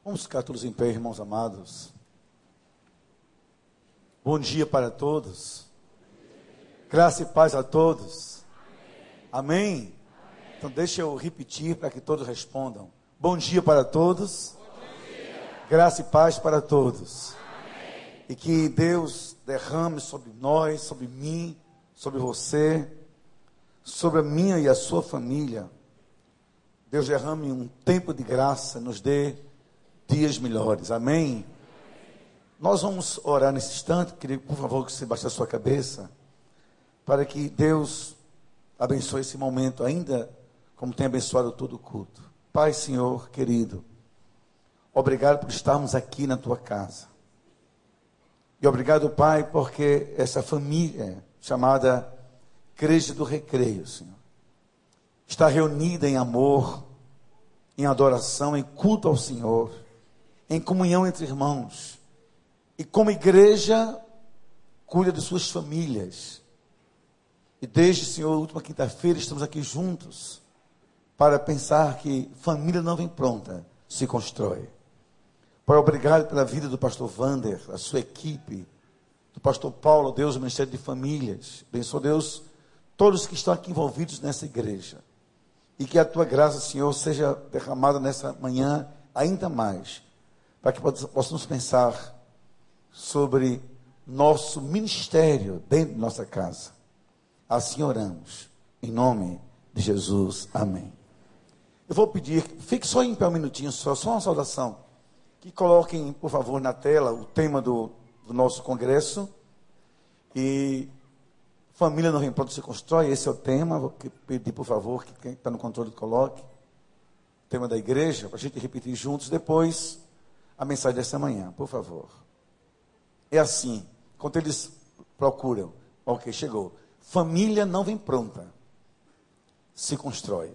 Vamos ficar todos em pé, irmãos amados. Bom dia para todos. Graça e paz a todos. Amém? Então deixa eu repetir para que todos respondam. Bom dia para todos. Graça e paz para todos. E que Deus derrame sobre nós, sobre mim, sobre você, sobre a minha e a sua família. Deus derrame um tempo de graça, nos dê dias melhores. Amém? Nós vamos orar nesse instante. Queria, por favor, que você baixasse a sua cabeça, para que Deus abençoe esse momento, ainda como tem abençoado todo o culto. Pai, Senhor, querido, obrigado por estarmos aqui na tua casa. E obrigado, Pai, porque essa família chamada Igreja do Recreio, Senhor, está reunida em amor, em adoração, em culto ao Senhor, em comunhão entre irmãos. E como igreja, cuida de suas famílias. E desde, Senhor, a última quinta-feira, estamos aqui juntos para pensar que família não vem pronta, se constrói. Pai, obrigado pela vida do pastor Wander, a sua equipe, do pastor Paulo, Deus, o Ministério de Famílias. Abençoa, Deus, todos que estão aqui envolvidos nessa igreja. E que a tua graça, Senhor, seja derramada nessa manhã ainda mais, para que possamos pensar sobre nosso ministério dentro de nossa casa. Assim oramos, em nome de Jesus, amém. Eu vou pedir, fique só em pé um minutinho, só uma saudação, que coloquem, por favor, na tela o tema do nosso congresso. E família não vem pronto, se constrói, esse é o tema. Vou pedir, por favor, que quem está no controle coloque o tema da igreja, para a gente repetir juntos depois a mensagem dessa manhã, por favor. É assim, quando eles procuram, ok, chegou. Família não vem pronta, se constrói.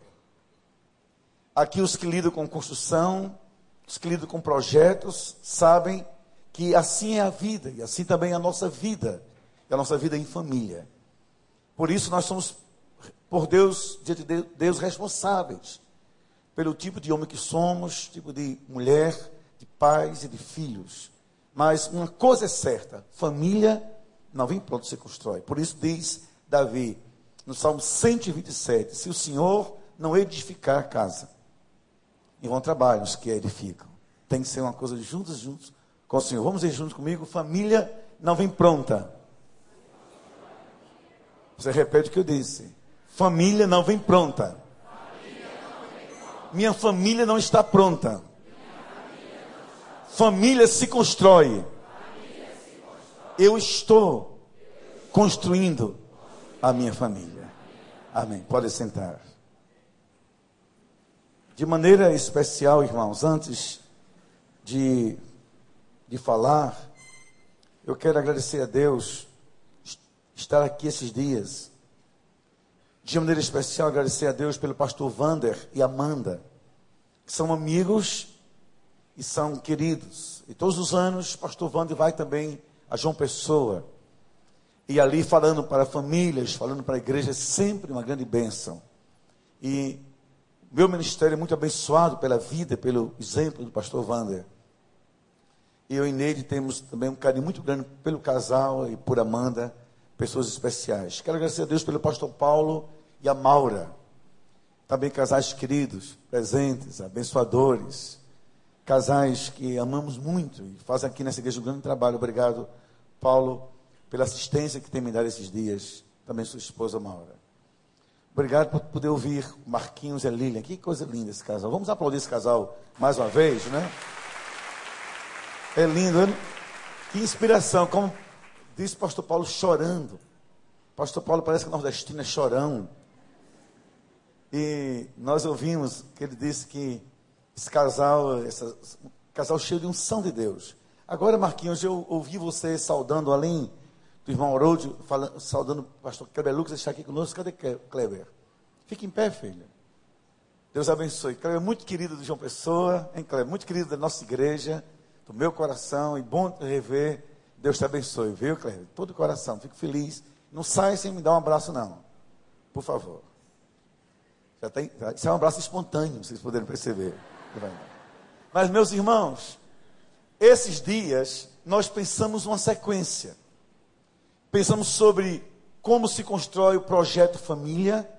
Aqui os que lidam com construção, os que lidam com projetos, sabem que assim é a vida, e assim também é a nossa vida, e a nossa vida em família. Por isso nós somos, por Deus, diante de Deus, responsáveis pelo tipo de homem que somos, tipo de mulher, de pais e de filhos. Mas uma coisa é certa, família não vem pronto, se constrói. Por isso diz Davi, no Salmo 127, se o Senhor não edificar a casa, em vão trabalhar os que a edificam. Tem que ser uma coisa de juntos com o Senhor. Vamos ir juntos comigo? Família não vem pronta. Você repete o que eu disse. Família não vem pronta. Minha família não está pronta. Família se constrói. Eu estou construindo a minha família. Amém. Pode sentar. De maneira especial, irmãos, antes de falar, eu quero agradecer a Deus estar aqui esses dias. De maneira especial, agradecer a Deus pelo pastor Wander e Amanda, que são amigos e são queridos. E todos os anos, o pastor Wander vai também a João Pessoa. E ali falando para famílias, falando para a igreja, é sempre uma grande bênção. E meu ministério é muito abençoado pela vida, pelo exemplo do pastor Wander. E eu e Neide temos também um carinho muito grande pelo casal e por Amanda, pessoas especiais. Quero agradecer a Deus pelo pastor Paulo e a Maura, também casais queridos, presentes, abençoadores, casais que amamos muito e fazem aqui nessa igreja um grande trabalho. Obrigado, Paulo, pela assistência que tem me dado esses dias, também sua esposa Maura. Obrigado por poder ouvir Marquinhos e a Lilian. Que coisa linda esse casal. Vamos aplaudir esse casal mais uma vez, né? É lindo, né? Que inspiração. Como disse o pastor Paulo, chorando. Pastor Paulo parece que nordestino é chorão. E nós ouvimos que ele disse que esse casal, casal cheio de unção de Deus. Agora, Marquinhos, eu ouvi você saudando, além do irmão Haroldo, saudando o pastor Kleber Lucas, está aqui conosco. Cadê Kleber? Fique em pé, filha. Deus abençoe. Kleber é muito querido de João Pessoa, hein, Kleber? Muito querido da nossa igreja, do meu coração, e bom te rever. Deus te abençoe, viu, Kleber? Todo o coração, fico feliz. Não sai sem me dar um abraço, não. Por favor. Isso é um abraço espontâneo, vocês poderem perceber. Mas, meus irmãos, esses dias nós pensamos uma sequência. Pensamos sobre como se constrói o projeto família.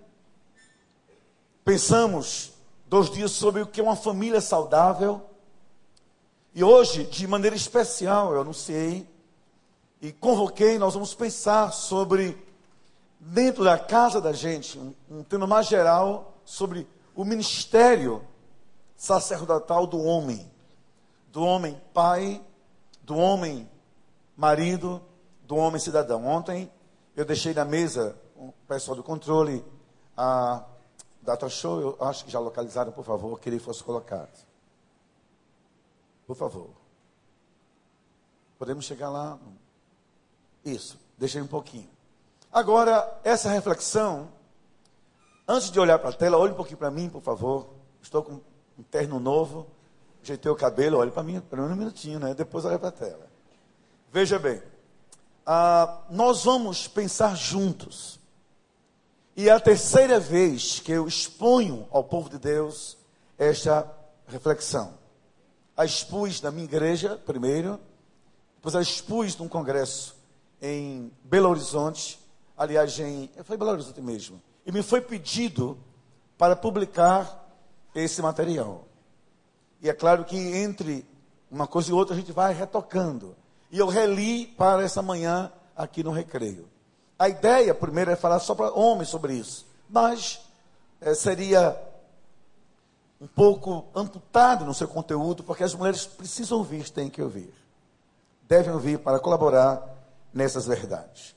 Pensamos 2 dias sobre o que é uma família saudável. E hoje, de maneira especial, eu anunciei e convoquei, nós vamos pensar sobre, dentro da casa da gente, um tema mais geral sobre o ministério sacerdotal do homem pai, do homem marido, do homem cidadão. Ontem eu deixei na mesa o pessoal do controle, a Data Show, eu acho que já localizaram, por favor, que ele fosse colocado. Por favor. Podemos chegar lá? Isso, deixei um pouquinho. Agora, essa reflexão, antes de olhar para a tela, olhe um pouquinho para mim, por favor. Estou com um terno novo, ajeitei o cabelo, olhe para mim, pelo menos um minutinho, né? Depois olhe para a tela. Veja bem, nós vamos pensar juntos. E é a terceira vez que eu exponho ao povo de Deus esta reflexão. A expus na minha igreja, primeiro, depois a expus num congresso em Belo Horizonte, aliás, foi Belo Horizonte mesmo, e me foi pedido para publicar esse material. E é claro que entre uma coisa e outra a gente vai retocando. E eu reli para essa manhã aqui no Recreio. A ideia, primeiro, é falar só para homens sobre isso, mas seria um pouco amputado no seu conteúdo, porque as mulheres precisam ouvir, têm que ouvir. Devem ouvir para colaborar nessas verdades.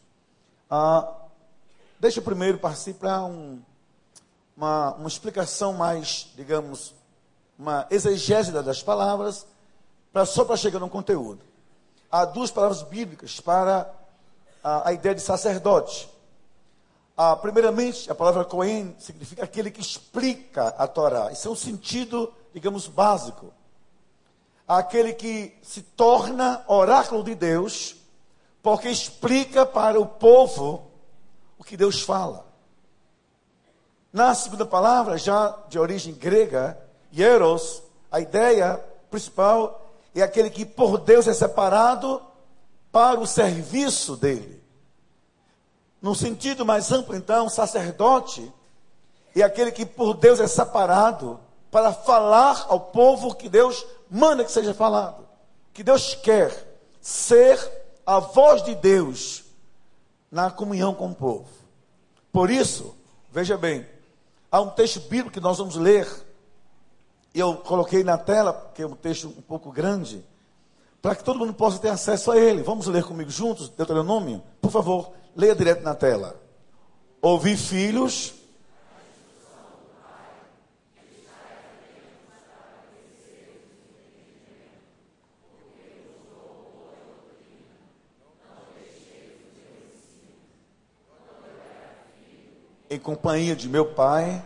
Deixa eu primeiro partir para uma explicação mais, digamos, uma exegese das palavras, só para chegar no conteúdo. Há 2 palavras bíblicas para a ideia de sacerdote. Primeiramente, a palavra Cohen significa aquele que explica a Torá. Isso é um sentido, digamos, básico. Aquele que se torna oráculo de Deus, porque explica para o povo o que Deus fala. Na segunda palavra, já de origem grega, hieros, a ideia principal é aquele que por Deus é separado para o serviço dele. No sentido mais amplo, então, sacerdote é aquele que por Deus é separado para falar ao povo que Deus manda que seja falado. Que Deus quer ser a voz de Deus na comunhão com o povo. Por isso, veja bem, há um texto bíblico que nós vamos ler, e eu coloquei na tela, porque é um texto um pouco grande, para que todo mundo possa ter acesso a ele. Vamos ler comigo juntos, Deuteronômio? Por favor, leia direto na tela. Ouvi, filhos, em companhia de meu pai,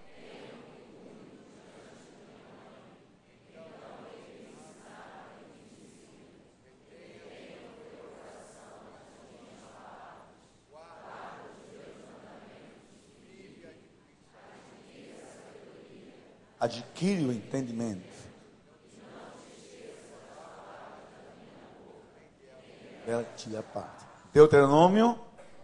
adquire o entendimento. Ela te aparta. Deuteronômio.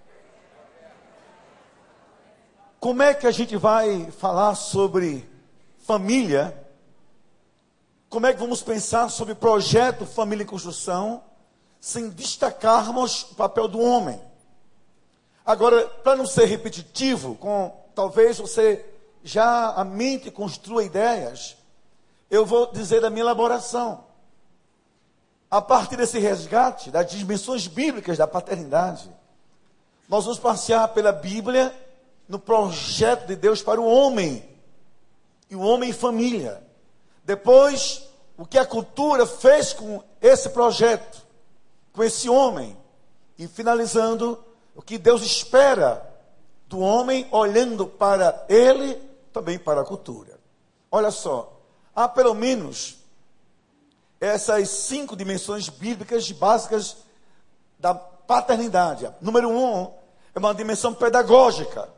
Como é que a gente vai falar sobre família? Como é que vamos pensar sobre projeto Família em Construção, sem destacarmos o papel do homem? Agora, para não ser repetitivo, talvez você já a mente construa ideias, eu vou dizer a minha elaboração. A partir desse resgate das dimensões bíblicas da paternidade, nós vamos passear pela Bíblia no projeto de Deus para o homem, e o homem em família. Depois, o que a cultura fez com esse projeto, com esse homem, e finalizando, o que Deus espera do homem, olhando para ele, também para a cultura. Olha só, há pelo menos essas 5 dimensões bíblicas básicas da paternidade. Número 1, é uma dimensão pedagógica.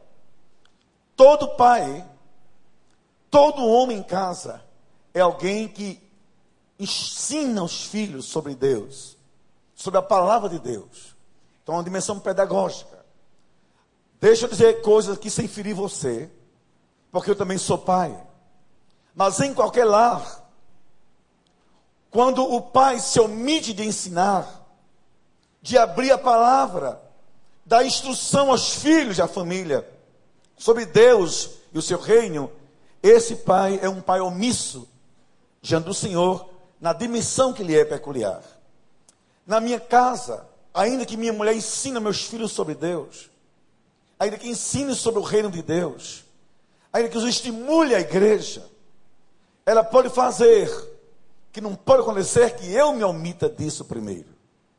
Todo pai, todo homem em casa, é alguém que ensina os filhos sobre Deus, sobre a palavra de Deus. Então, é uma dimensão pedagógica. Deixa eu dizer coisas aqui sem ferir você, porque eu também sou pai. Mas em qualquer lar, quando o pai se omite de ensinar, de abrir a palavra, dar instrução aos filhos da família, sobre Deus e o seu reino, esse pai é um pai omisso diante do Senhor, na dimensão que lhe é peculiar. Na minha casa, ainda que minha mulher ensine meus filhos sobre Deus, ainda que ensine sobre o reino de Deus, ainda que os estimule a igreja, ela pode fazer, que não pode acontecer que eu me omita disso primeiro.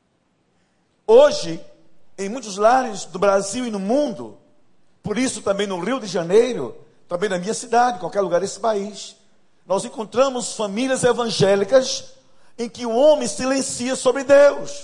Hoje, em muitos lares do Brasil e no mundo, por isso também no Rio de Janeiro, também na minha cidade, em qualquer lugar desse país, nós encontramos famílias evangélicas em que o homem silencia sobre Deus.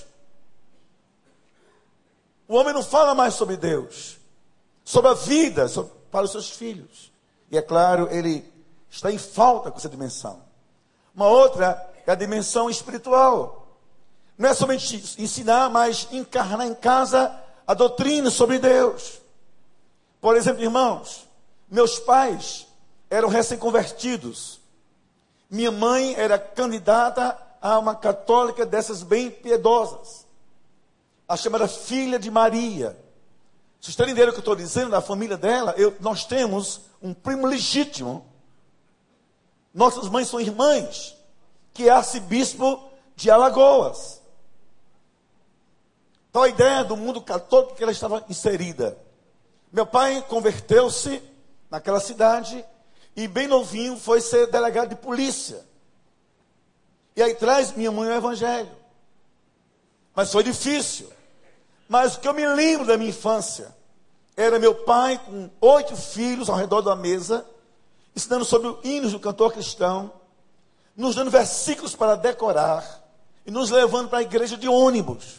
O homem não fala mais sobre Deus, sobre a vida, para os seus filhos. E é claro, ele está em falta com essa dimensão. Uma outra é a dimensão espiritual. Não é somente ensinar, mas encarnar em casa a doutrina sobre Deus. Por exemplo, irmãos, meus pais eram recém-convertidos. Minha mãe era candidata a uma católica dessas bem piedosas, a chamada Filha de Maria. Vocês estão entendendo o que eu estou dizendo da família dela? Nós temos um primo legítimo. Nossas mães são irmãs, que é arcebispo de Alagoas. Então a ideia do mundo católico que ela estava inserida. Meu pai converteu-se naquela cidade e bem novinho foi ser delegado de polícia. E aí traz minha mãe o evangelho. Mas foi difícil. Mas o que eu me lembro da minha infância era meu pai com 8 filhos ao redor da mesa, ensinando sobre o hinos do cantor cristão, nos dando versículos para decorar e nos levando para a igreja de ônibus.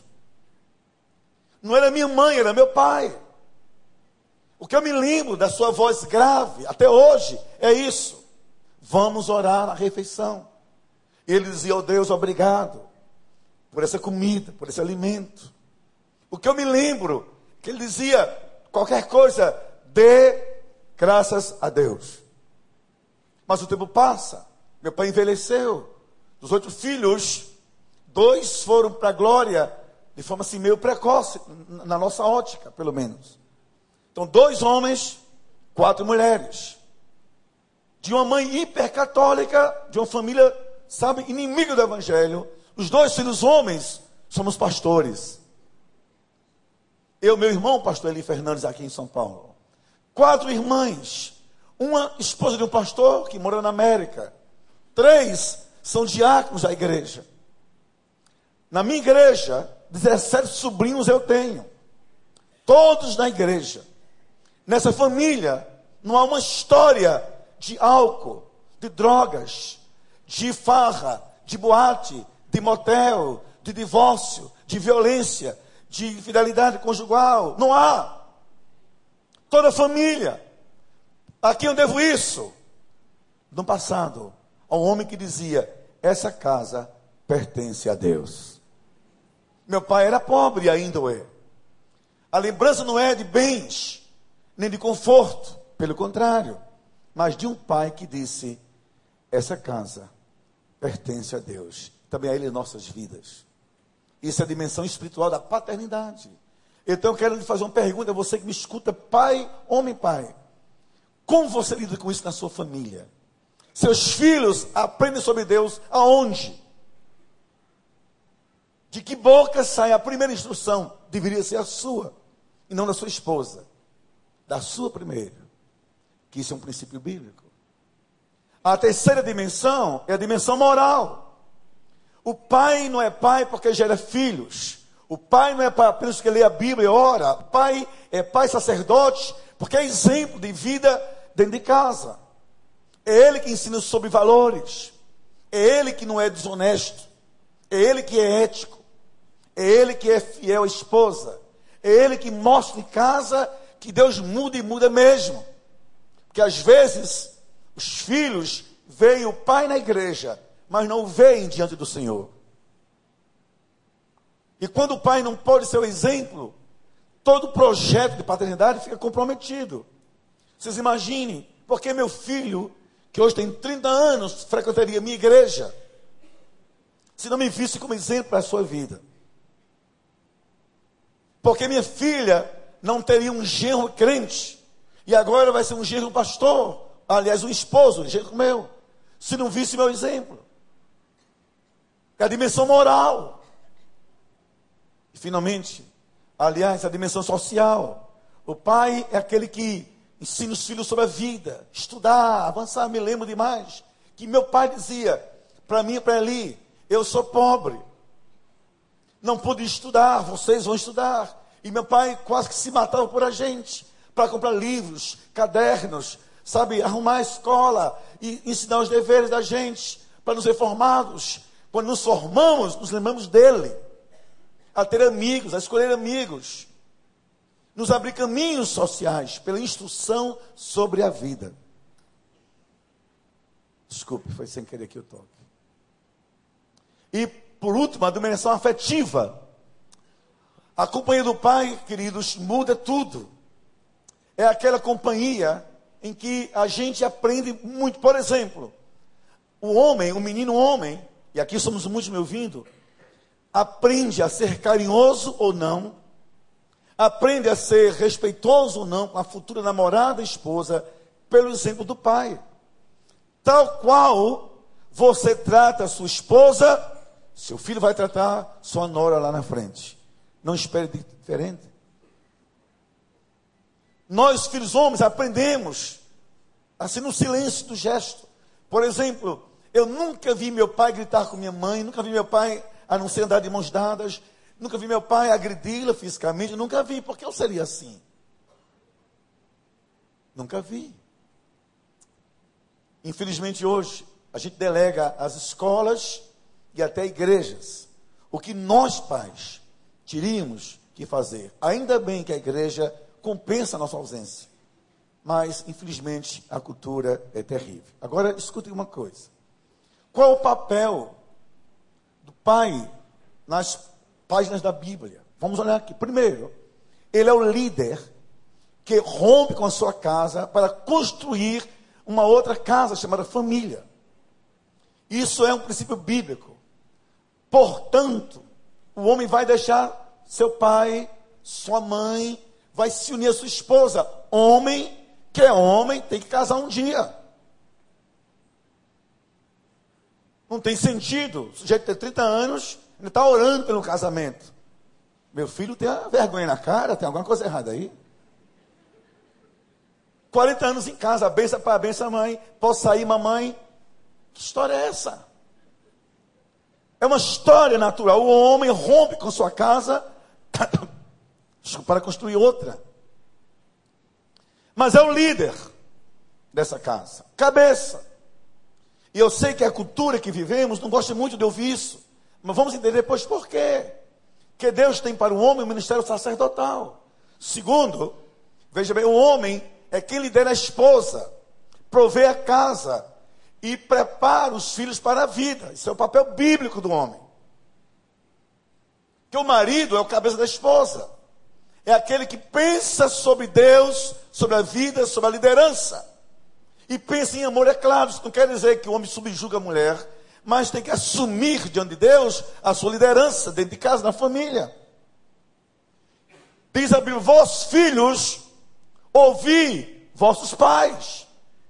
Não era minha mãe, era meu pai. O que eu me lembro da sua voz grave, até hoje, é isso. Vamos orar na refeição. Ele dizia, oh Deus, obrigado por essa comida, por esse alimento. O que eu me lembro, que ele dizia, qualquer coisa, dê graças a Deus. Mas o tempo passa, meu pai envelheceu. Dos 8 filhos, 2 foram para a glória, de forma assim meio precoce, na nossa ótica, pelo menos. Então, 2 homens, 4 mulheres. De uma mãe hipercatólica, de uma família, sabe, inimiga do evangelho. Os 2 filhos homens, somos pastores. Eu, meu irmão, pastor Eli Fernandes, aqui em São Paulo. 4 irmãs. Uma esposa de um pastor que mora na América. 3 são diáconos da igreja. Na minha igreja, 17 sobrinhos eu tenho. Todos na igreja. Nessa família, não há uma história de álcool, de drogas, de farra, de boate, de motel, de divórcio, de violência, de infidelidade conjugal. Não há. Toda a família. A quem eu devo isso? No passado, a um homem que dizia, essa casa pertence a Deus. Meu pai era pobre e ainda o é. A lembrança não é de bens, nem de conforto, pelo contrário, mas de um pai que disse, essa casa pertence a Deus, também a Ele em nossas vidas. Isso é a dimensão espiritual da paternidade. Então eu quero lhe fazer uma pergunta, você que me escuta, pai, homem pai, como você lida com isso na sua família? Seus filhos aprendem sobre Deus aonde? De que boca sai a primeira instrução? Deveria ser a sua, e não da sua esposa. Da sua primeiro, que isso é um princípio bíblico. A terceira dimensão é a dimensão moral. O pai não é pai porque gera filhos. O pai não é pai apenas porque lê a Bíblia e ora. O pai é pai sacerdote porque é exemplo de vida dentro de casa. É ele que ensina sobre valores. É ele que não é desonesto. É ele que é ético. É ele que é fiel à esposa. É ele que mostra em casa que Deus muda e muda mesmo. Porque às vezes os filhos veem o pai na igreja, mas não o veem diante do Senhor. E quando o pai não pode ser o exemplo, todo projeto de paternidade fica comprometido. Vocês imaginem, porque meu filho, que hoje tem 30 anos, frequentaria minha igreja, se não me visse como exemplo para a sua vida. Porque minha filha não teria um genro crente, e agora vai ser um genro pastor, aliás, um esposo, um genro meu, se não visse meu exemplo. É a dimensão moral. E finalmente, aliás, a dimensão social. O pai é aquele que ensina os filhos sobre a vida, estudar, avançar. Me lembro demais que meu pai dizia para mim e para Eli: eu sou pobre, não pude estudar, vocês vão estudar. E meu pai quase que se matava por a gente, para comprar livros, cadernos, sabe, arrumar a escola e ensinar os deveres da gente, para nos reformarmos. Quando nos formamos, nos lembramos dele, a ter amigos, a escolher amigos, nos abrir caminhos sociais, pela instrução sobre a vida. Desculpe, foi sem querer que eu toque. E, por último, a dimensão afetiva. A companhia do pai, queridos, muda tudo. É aquela companhia em que a gente aprende muito. Por exemplo, o homem, o menino homem, e aqui somos muitos me ouvindo, aprende a ser carinhoso ou não, aprende a ser respeitoso ou não com a futura namorada, esposa, pelo exemplo do pai. Tal qual você trata a sua esposa, seu filho vai tratar sua nora lá na frente. Não espere diferente. Nós, filhos homens, aprendemos assim no silêncio do gesto. Por exemplo, eu nunca vi meu pai gritar com minha mãe, nunca vi meu pai a não ser andar de mãos dadas, nunca vi meu pai agredi-la fisicamente, nunca vi, porque eu seria assim. Nunca vi. Infelizmente hoje, a gente delega às escolas e até igrejas o que nós pais teríamos que fazer. Ainda bem que a igreja compensa a nossa ausência, mas infelizmente a cultura é terrível. Agora escutem uma coisa: qual o papel do pai nas páginas da Bíblia? Vamos olhar aqui. Primeiro, ele é o líder que rompe com a sua casa para construir uma outra casa chamada família. Isso é um princípio bíblico. Portanto, o homem vai deixar seu pai, sua mãe, vai se unir à sua esposa. Homem que é homem tem que casar um dia. Não tem sentido. O sujeito tem 30 anos, ele está orando pelo casamento. Meu filho tem a vergonha na cara, tem alguma coisa errada aí. 40 anos em casa, benção pai, benção mãe, posso sair, mamãe? Que história é essa? É uma história natural. O homem rompe com sua casa para construir outra. Mas é o líder dessa casa, cabeça. E eu sei que a cultura que vivemos não gosta muito de ouvir isso, mas vamos entender depois por quê. Que Deus tem para o homem o ministério sacerdotal. Segundo, veja bem, o homem é quem lidera a esposa, provê a casa e prepara os filhos para a vida. Isso é o papel bíblico do homem. Que o marido é o cabeça da esposa. É aquele que pensa sobre Deus, sobre a vida, sobre a liderança. E pensa em amor, é claro. Isso não quer dizer que o homem subjuga a mulher, mas tem que assumir diante de Deus a sua liderança dentro de casa, na família. Diz a Bíblia: vós filhos, ouvi vossos pais.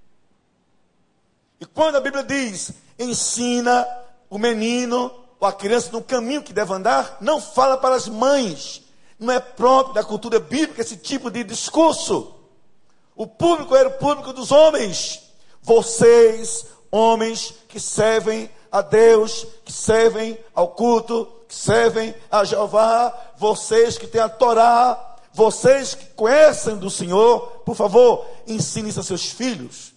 E quando a Bíblia diz, ensina o menino ou a criança no caminho que deve andar, não fala para as mães. Não é próprio da cultura bíblica esse tipo de discurso. O público era o público dos homens. Vocês, homens que servem a Deus, que servem ao culto, que servem a Jeová, vocês que têm a Torá, vocês que conhecem do Senhor, por favor, ensinem isso a seus filhos.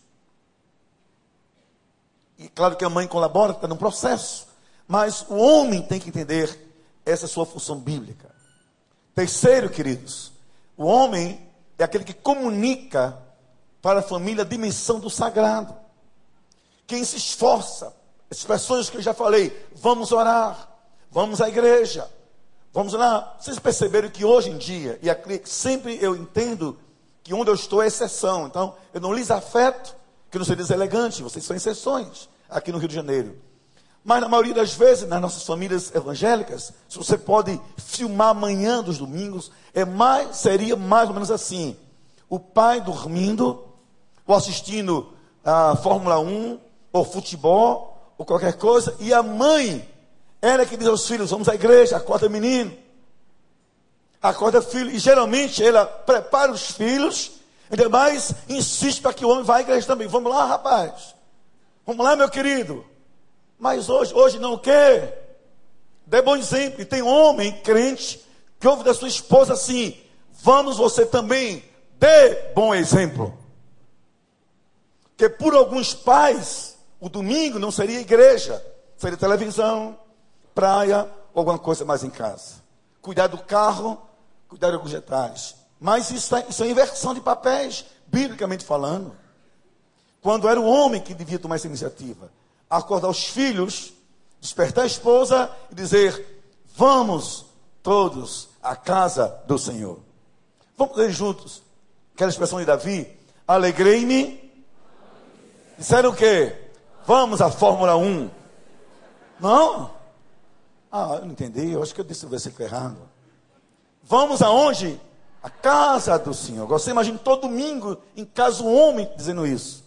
E claro que a mãe colabora, está num processo, mas o homem tem que entender essa sua função bíblica. Terceiro, queridos, o homem é aquele que comunica para a família a dimensão do sagrado. Quem se esforça expressões que eu já falei. Vamos orar, vamos à igreja, vamos lá. Vocês perceberam que hoje em dia, e aqui sempre eu entendo que onde eu estou é exceção. Então, eu não lhes afeto, que não seria deselegante, vocês são exceções aqui no Rio de Janeiro. Mas na maioria das vezes, nas nossas famílias evangélicas, se você pode filmar amanhã dos domingos, seria mais ou menos assim: o pai dormindo, ou assistindo a Fórmula 1, ou futebol, ou qualquer coisa, e a mãe, ela que diz aos filhos: vamos à igreja, acorda menino, acorda filho, e geralmente ela prepara os filhos, ainda mais insiste para que o homem vá à igreja também. Vamos lá, rapaz, vamos lá, meu querido. Mas hoje não quer. Dê bom exemplo. E tem homem crente que ouve da sua esposa assim: vamos você também, dê bom exemplo. Porque por alguns pais, o domingo não seria igreja, seria televisão, praia, ou alguma coisa mais em casa. Cuidar do carro, cuidar de alguns detalhes. Mas isso é inversão de papéis, biblicamente falando. Quando era o homem que devia tomar essa iniciativa, acordar os filhos, despertar a esposa e dizer: vamos todos à casa do Senhor. Vamos ler juntos aquela expressão de Davi: alegrei-me. Disseram o quê? Vamos à Fórmula 1. Não? Eu não entendi, eu acho que eu disse o versículo errado. Vamos aonde? À casa do Senhor. Você imagina todo domingo em casa um homem dizendo isso.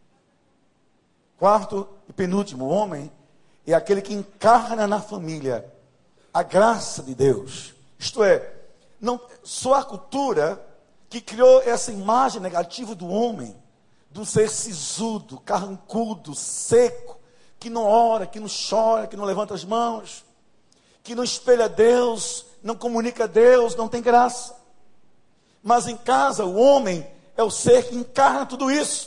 Quarto e penúltimo, o homem é aquele que encarna na família a graça de Deus. Isto é, não só a cultura que criou essa imagem negativa do homem, do ser sisudo, carrancudo, seco, que não ora, que não chora, que não levanta as mãos, que não espelha Deus, não comunica Deus, não tem graça. Mas em casa o homem é o ser que encarna tudo isso.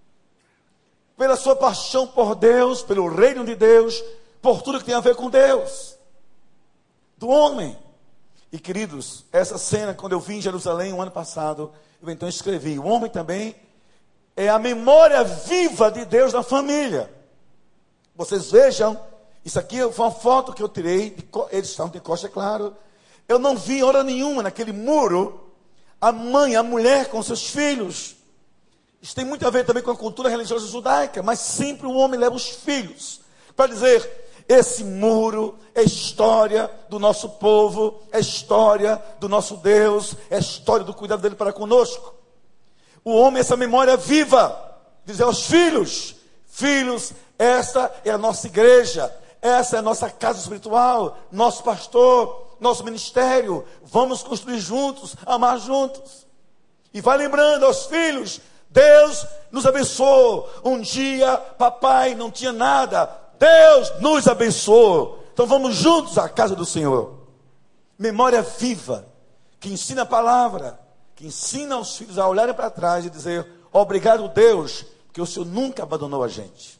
Pela sua paixão por Deus, pelo reino de Deus, por tudo que tem a ver com Deus, do homem. E queridos, essa cena, quando eu vim em Jerusalém o ano passado, eu então escrevi: o homem também é a memória viva de Deus na família. Vocês vejam, isso aqui foi uma foto que eu tirei, eles estavam de costa, é claro. Eu não vi hora nenhuma naquele muro a mãe, a mulher com seus filhos. Isso tem muito a ver também com a cultura religiosa judaica, mas sempre o homem leva os filhos para dizer: esse muro é história do nosso povo, é história do nosso Deus, é história do cuidado dele para conosco. O homem é essa memória viva, dizer aos filhos: filhos, essa é a nossa igreja, essa é a nossa casa espiritual, nosso pastor, nosso ministério, vamos construir juntos, amar juntos. E vai lembrando aos filhos: Deus nos abençoou. Um dia, papai não tinha nada, Deus nos abençoou. Então vamos juntos à casa do Senhor. Memória viva, que ensina a palavra, que ensina aos filhos a olharem para trás e dizer: obrigado, Deus, porque o Senhor nunca abandonou a gente.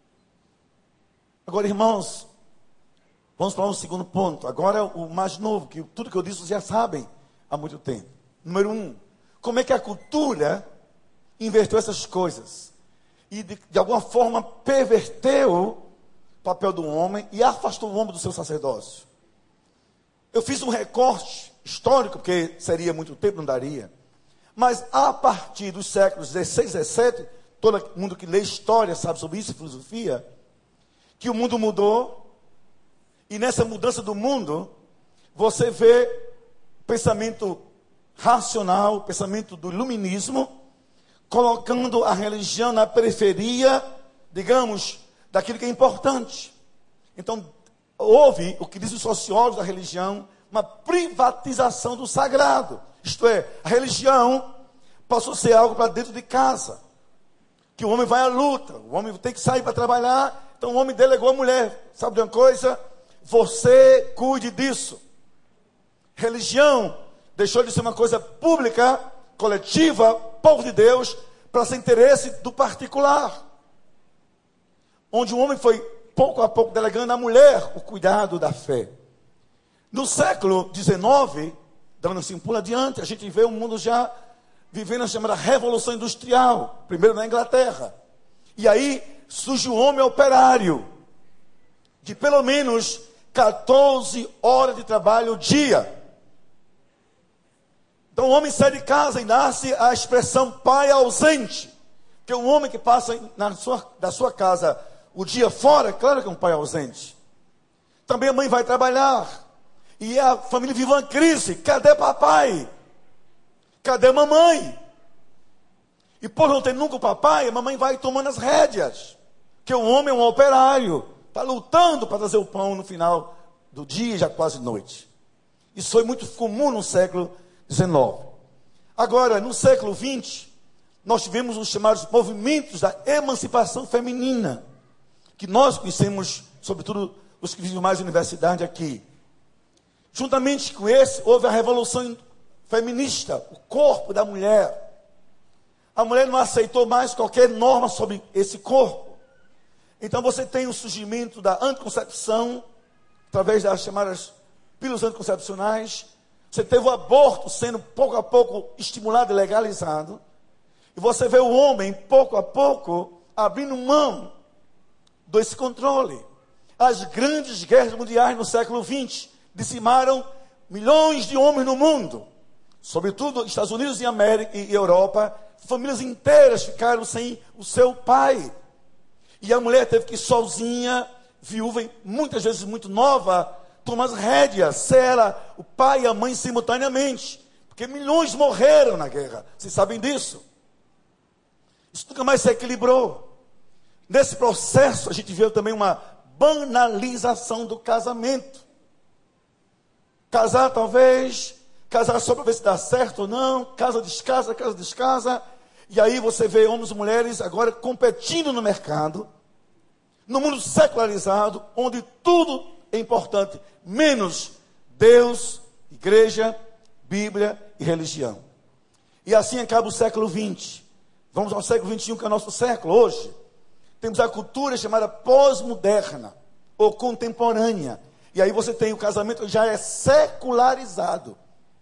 Agora, irmãos, vamos para um segundo ponto. Agora o mais novo, que tudo que eu disse vocês já sabem há muito tempo. Número 1, como é que a cultura inverteu essas coisas e de alguma forma perverteu o papel do homem e afastou o homem do seu sacerdócio. Eu fiz um recorte histórico, porque seria muito tempo, não daria, mas a partir dos séculos 16, 17, todo mundo que lê história sabe sobre isso, filosofia, que o mundo mudou, e nessa mudança do mundo você vê pensamento racional, pensamento do iluminismo, colocando a religião na periferia, digamos, daquilo que é importante. Então, houve, o que diz os sociólogos da religião, uma privatização do sagrado. Isto é, a religião passou a ser algo para dentro de casa. Que o homem vai à luta, o homem tem que sair para trabalhar, então o homem delegou a mulher. Sabe de uma coisa? Você cuide disso. Religião deixou de ser uma coisa pública, coletiva, povo de Deus, para ser interesse do particular. Onde o homem foi, pouco a pouco, delegando à mulher o cuidado da fé. No século XIX, dando-se um pulo adiante, a gente vê o mundo já vivendo a chamada Revolução Industrial, primeiro na Inglaterra. E aí surge o homem operário, de pelo menos 14 horas de trabalho dia. Então o homem sai de casa e nasce a expressão pai ausente. Porque um homem que passa da sua casa o dia fora, claro que é um pai ausente. Também a mãe vai trabalhar. E a família vive uma crise. Cadê papai? Cadê mamãe? E por não ter nunca o papai, a mamãe vai tomando as rédeas. Porque o homem é um operário. Está lutando para trazer o pão no final do dia, já quase noite. Isso foi muito comum no século XIX. Agora, no século XX, nós tivemos os chamados movimentos da emancipação feminina, que nós conhecemos, sobretudo os que vivem mais na universidade aqui. Juntamente com esse, houve a revolução feminista, o corpo da mulher. A mulher não aceitou mais qualquer norma sobre esse corpo. Então você tem o surgimento da anticoncepção, através das chamadas pílulas anticoncepcionais. Você teve o aborto sendo pouco a pouco estimulado e legalizado. E você vê o homem, pouco a pouco, abrindo mão desse controle. As grandes guerras mundiais no século XX dizimaram milhões de homens no mundo. Sobretudo Estados Unidos e Europa, famílias inteiras ficaram sem o seu pai. E a mulher teve que ir sozinha, viúva, muitas vezes muito nova, tomar as rédeas, ser ela o pai e a mãe simultaneamente. Porque milhões morreram na guerra. Vocês sabem disso? Isso nunca mais se equilibrou. Nesse processo, a gente viu também uma banalização do casamento. Casar, talvez, casar só para ver se dá certo ou não, casa, descasa. E aí você vê homens e mulheres agora competindo no mercado, no mundo secularizado, onde tudo é importante, menos Deus, igreja, Bíblia e religião. E assim acaba o século XX. Vamos ao século XXI, que é o nosso século. Hoje, temos a cultura chamada pós-moderna, ou contemporânea. E aí você tem o casamento que já é secularizado.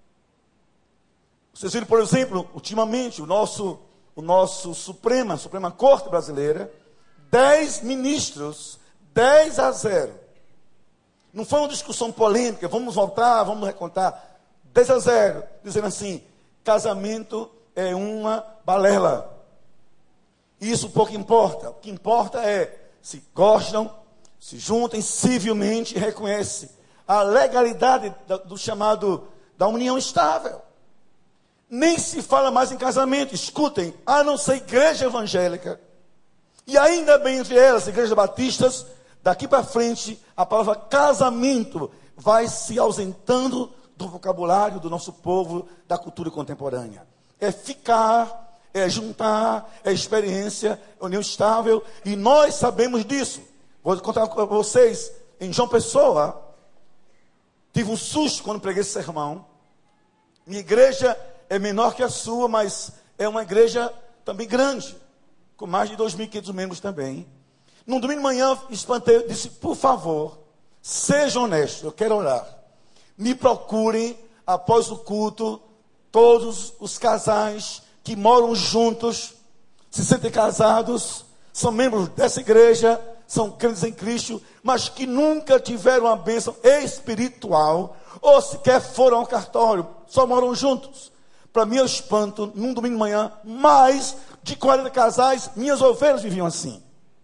Vocês viram, por exemplo, ultimamente, a Suprema Corte Brasileira, 10 ministros, 10-0. Não foi uma discussão polêmica, vamos voltar, vamos recontar. 10-0, dizendo assim, casamento é uma balela. Isso pouco importa. O que importa é se gostam, se juntem civilmente e reconhecem a legalidade do chamado da união estável. Nem se fala mais em casamento. Escutem, a não ser igreja evangélica, e ainda bem entre elas, igrejas batistas, daqui para frente, a palavra casamento vai se ausentando do vocabulário do nosso povo, da cultura contemporânea. É ficar, é juntar, é experiência, é união estável, e nós sabemos disso. Vou contar para vocês, em João Pessoa, tive um susto quando preguei esse sermão. Minha igreja é menor que a sua, mas é uma igreja também grande, com mais de 2.500 membros também. Num domingo de manhã, espantei, eu disse, por favor, sejam honestos, eu quero orar. Me procurem, após o culto, todos os casais que moram juntos, se sentem casados, são membros dessa igreja, são crentes em Cristo, mas que nunca tiveram uma bênção espiritual, ou sequer foram ao cartório, só moram juntos. Para mim, eu espanto, num domingo de manhã, mais de 40 casais, minhas ovelhas viviam assim.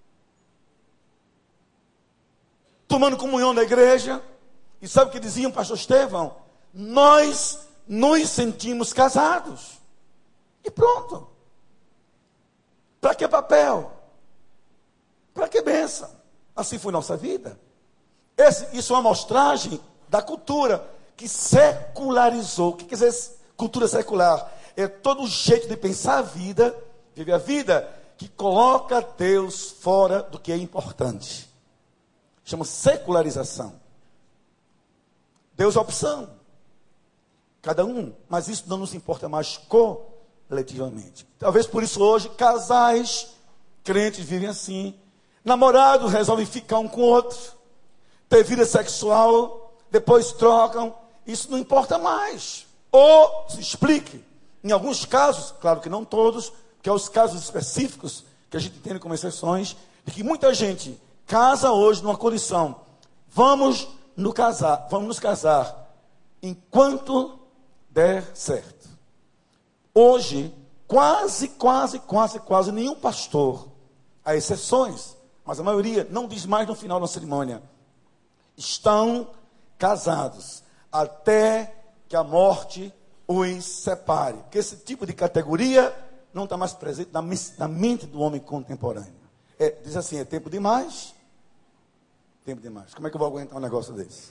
Tomando comunhão na igreja, e sabe o que diziam, pastor Estevão? Nós nos sentimos casados. E pronto. Para que papel? Para que bênção? Assim foi nossa vida. Isso é uma amostragem da cultura que secularizou. O que quer dizer cultura secular? É todo o jeito de pensar a vida, viver a vida, que coloca Deus fora do que é importante. Chama secularização. Deus é opção. Cada um, mas isso não nos importa mais coletivamente. Talvez por isso hoje, casais crentes vivem assim. Namorados resolvem ficar um com o outro. Ter vida sexual, depois trocam. Isso não importa mais. Ou se explique. Em alguns casos, claro que não todos, que é os casos específicos que a gente entende como exceções, de que muita gente casa hoje numa condição vamos nos casar enquanto der certo. Hoje, quase nenhum pastor, há exceções, mas a maioria não diz mais no final da cerimônia, estão casados até que a morte os separe. Porque esse tipo de categoria não está mais presente na mente do homem contemporâneo. Diz assim, é tempo demais? Tempo demais. Como é que eu vou aguentar um negócio desse?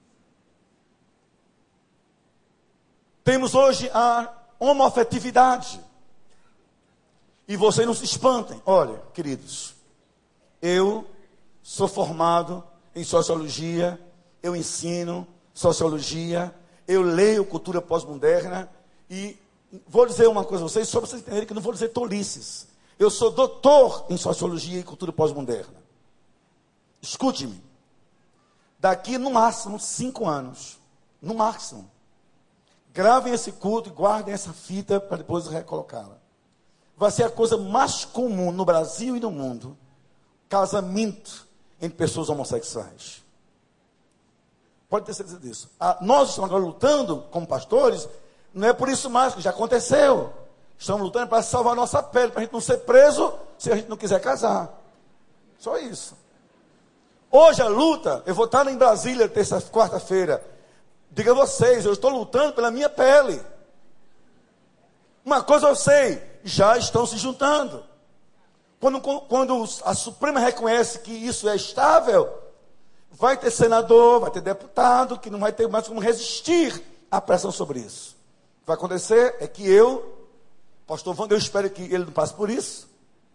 Temos hoje a homoafetividade. E vocês não se espantem. Olha, queridos, eu sou formado em sociologia, eu ensino sociologia, eu leio cultura pós-moderna e vou dizer uma coisa a vocês, só para vocês entenderem que eu não vou dizer tolices. Eu sou doutor em sociologia e cultura pós-moderna. Escute-me. Daqui no máximo 5 anos, no máximo, gravem esse culto e guardem essa fita para depois recolocá-la. Vai ser a coisa mais comum no Brasil e no mundo, casamento entre pessoas homossexuais. Pode ter certeza disso. Nós estamos agora lutando como pastores, não é por isso mais, que já aconteceu. Estamos lutando para salvar a nossa pele, para a gente não ser preso se a gente não quiser casar. Só isso. Hoje a luta, eu vou estar em Brasília quarta-feira. Diga a vocês, eu estou lutando pela minha pele. Uma coisa eu sei, já estão se juntando. Quando a Suprema reconhece que isso é estável, vai ter senador, vai ter deputado, que não vai ter mais como resistir à pressão sobre isso. O que vai acontecer é que pastor Wanda, eu espero que ele não passe por isso.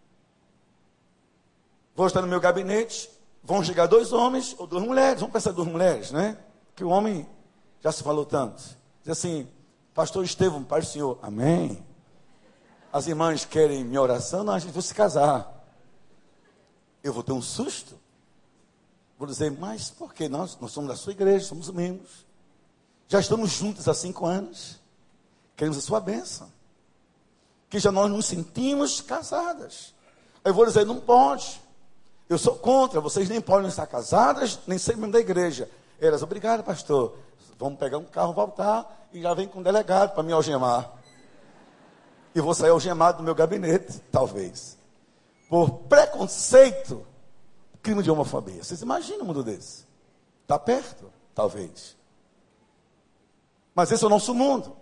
Vou estar no meu gabinete, vão chegar 2 homens ou 2 mulheres, vamos pensar 2 mulheres, né? Que o homem já se falou tanto. Diz assim, pastor Estevão, Pai do Senhor, amém. As irmãs querem minha oração, não, a gente vai se casar. Eu vou ter um susto. Vou dizer, mas por que nós somos da sua igreja, somos membros. Já estamos juntos há 5 anos. Queremos a sua bênção. Que já nós nos sentimos casadas. Eu vou dizer, não pode. Eu sou contra, vocês nem podem estar casadas, nem ser membro da igreja. Elas, obrigado, pastor. Vamos pegar um carro, voltar, e já vem com um delegado para me algemar. E vou sair algemado do meu gabinete, talvez. Por preconceito, crime de homofobia. Vocês imaginam um mundo desse? Está perto? Talvez. Mas esse é o nosso mundo.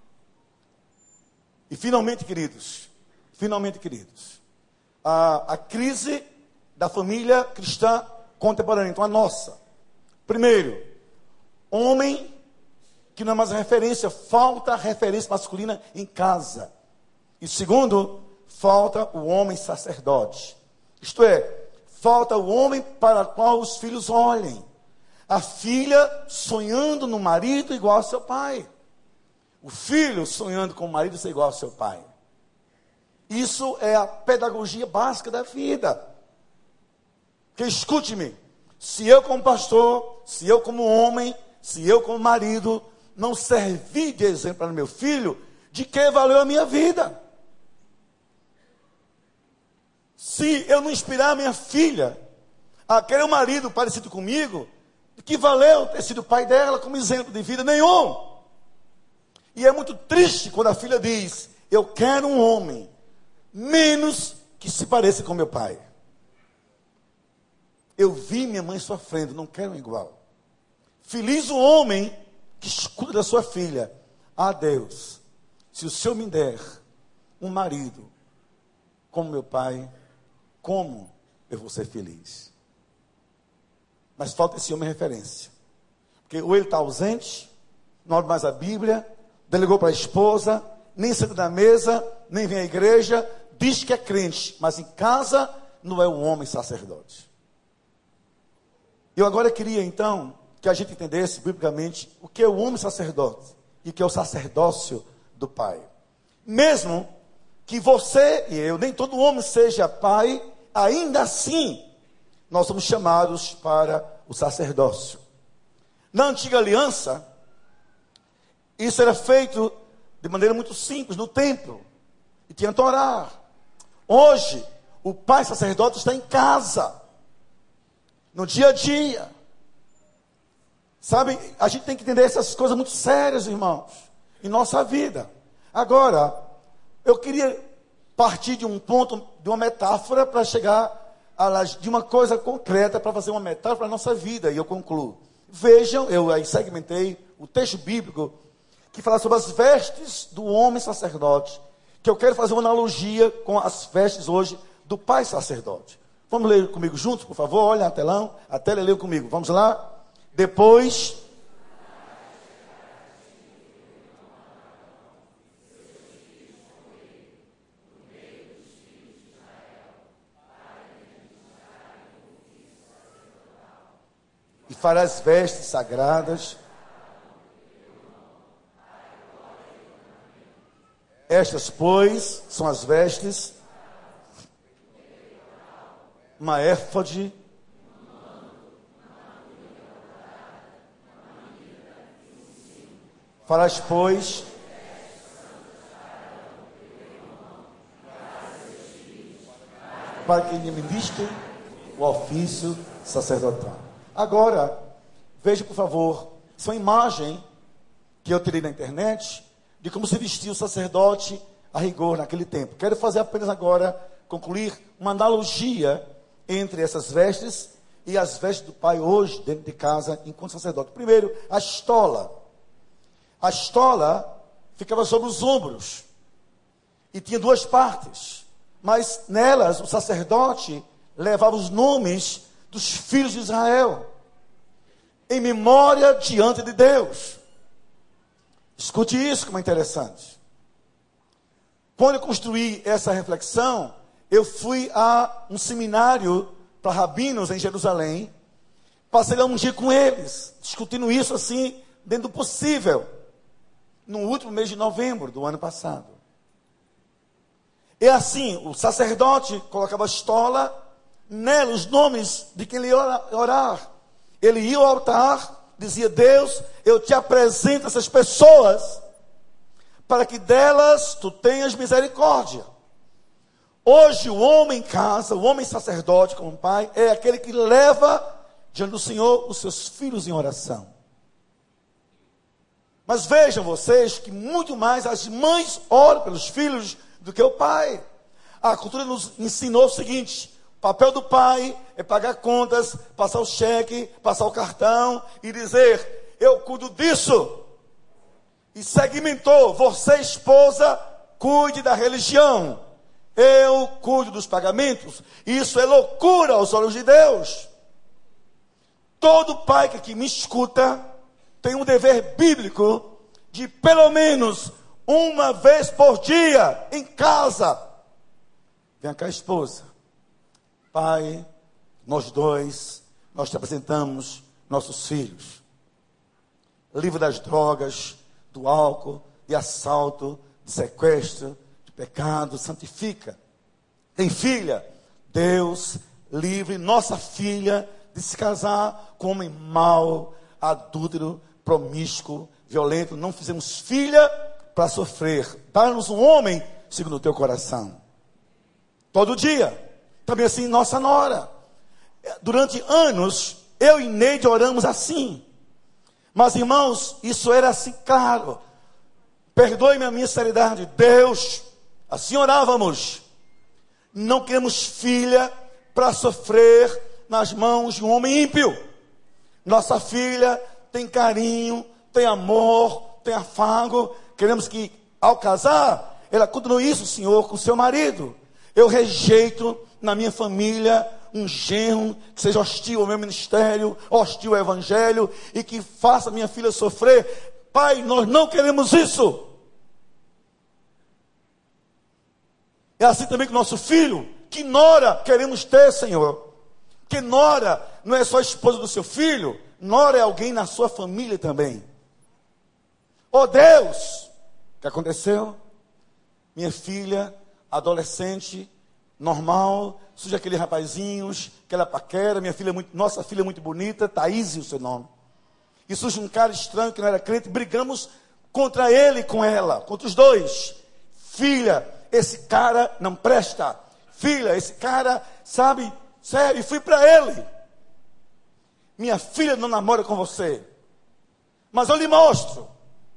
E finalmente, queridos, a crise da família cristã contemporânea, então a nossa. Primeiro, homem que não é mais referência, falta referência masculina em casa. E segundo, falta o homem sacerdote. Isto é, falta o homem para o qual os filhos olhem. A filha sonhando no marido igual ao seu pai. O filho sonhando com o marido ser igual ao seu pai. Isso é a pedagogia básica da vida. Que escute-me, se eu como pastor, se eu como homem, se eu como marido, não servir de exemplo para o meu filho, de que valeu a minha vida? Se eu não inspirar a minha filha a querer um marido parecido comigo, de que valeu ter sido pai dela como exemplo de vida? Nenhum. E é muito triste quando a filha diz, eu quero um homem, menos que se pareça com meu pai. Eu vi minha mãe sofrendo, não quero um igual. Feliz o homem que escuta da sua filha, Deus, se o Senhor me der um marido como meu pai, como eu vou ser feliz? Mas falta esse homem referência. Porque ou ele está ausente, não abre mais a Bíblia, delegou para a esposa, nem senta na mesa, nem vem à igreja, diz que é crente, mas em casa não é um homem sacerdote. Eu agora queria então que a gente entendesse biblicamente o que é o homem sacerdote e o que é o sacerdócio do pai. Mesmo que você e eu, nem todo homem seja pai, ainda assim nós somos chamados para o sacerdócio. Na antiga aliança, isso era feito de maneira muito simples, no templo. E tinha Torá. Hoje, o pai sacerdote está em casa. No dia a dia. Sabe, a gente tem que entender essas coisas muito sérias, irmãos, em nossa vida. Agora, eu queria partir de um ponto, de uma metáfora, para chegar de uma coisa concreta, para fazer uma metáfora para a nossa vida, e eu concluo. Vejam, eu aí segmentei o texto bíblico, que fala sobre as vestes do homem sacerdote, que eu quero fazer uma analogia com as vestes hoje do pai sacerdote. Vamos ler comigo juntos, por favor? Olha a tela e leia comigo. Vamos lá? Depois... E farás vestes sagradas. Estas, pois, são as vestes. Uma éfode. Farás, pois, para que lhe ministrem o ofício sacerdotal. Agora, veja por favor, essa é uma imagem que eu tirei na internet de como se vestia o sacerdote a rigor naquele tempo. Quero fazer apenas agora, concluir uma analogia entre essas vestes e as vestes do pai hoje, dentro de casa, enquanto sacerdote. Primeiro, a estola. A estola ficava sobre os ombros e tinha duas partes, mas nelas o sacerdote levava os nomes dos filhos de Israel, em memória diante de Deus. Escute isso como é interessante. Quando eu construí essa reflexão, eu fui a um seminário para rabinos em Jerusalém, passei lá um dia com eles, discutindo isso assim, dentro do possível, no último mês de novembro do ano passado. E assim, o sacerdote colocava a estola, nela os nomes de quem ele ia orar. Ele ia ao altar, dizia: Deus, eu te apresento essas pessoas, para que delas tu tenhas misericórdia. Hoje o homem em casa, o homem sacerdote como pai, é aquele que leva diante do Senhor os seus filhos em oração. Mas vejam vocês que muito mais as mães oram pelos filhos do que o pai. A cultura nos ensinou o seguinte: o papel do pai é pagar contas, passar o cheque, passar o cartão e dizer: eu cuido disso. E segmentou: você, esposa, cuide da religião, eu cuido dos pagamentos. Isso é loucura aos olhos de Deus. Todo pai que aqui me escuta tem um dever bíblico de pelo menos uma vez por dia em casa. Vem cá, esposa. Pai, nós dois, nós te apresentamos nossos filhos. Livre das drogas, do álcool, de assalto, de sequestro, de pecado, santifica. Tem filha? Deus livre nossa filha de se casar com um homem mau, adúltero, promíscuo, violento. Não fizemos filha para sofrer. Dá-nos um homem segundo o teu coração. Todo dia. Também assim, nossa nora. Durante anos, eu e Neide oramos assim. Mas, irmãos, isso era assim claro. Perdoe-me a minha seriedade. Deus, assim orávamos. Não queremos filha para sofrer nas mãos de um homem ímpio. Nossa filha tem carinho, tem amor, tem afago. Queremos que, ao casar, ela continue isso, Senhor, com seu marido. Eu rejeito na minha família um genro que seja hostil ao meu ministério, hostil ao evangelho e que faça minha filha sofrer. Pai, nós não queremos isso. É assim também com nosso filho. Que nora queremos ter, Senhor? Que nora não é só a esposa do seu filho, nora é alguém na sua família também. Oh Deus, o que aconteceu? Minha filha, adolescente, normal, surge aqueles rapazinhos, aquela paquera, nossa filha é muito bonita, Thaís, o seu nome. E surge um cara estranho que não era crente, brigamos contra ele e com ela, contra os dois. Filha, esse cara não presta. Filha, esse cara, sabe, sério, e fui para ele. Minha filha não namora com você. Mas eu lhe mostro.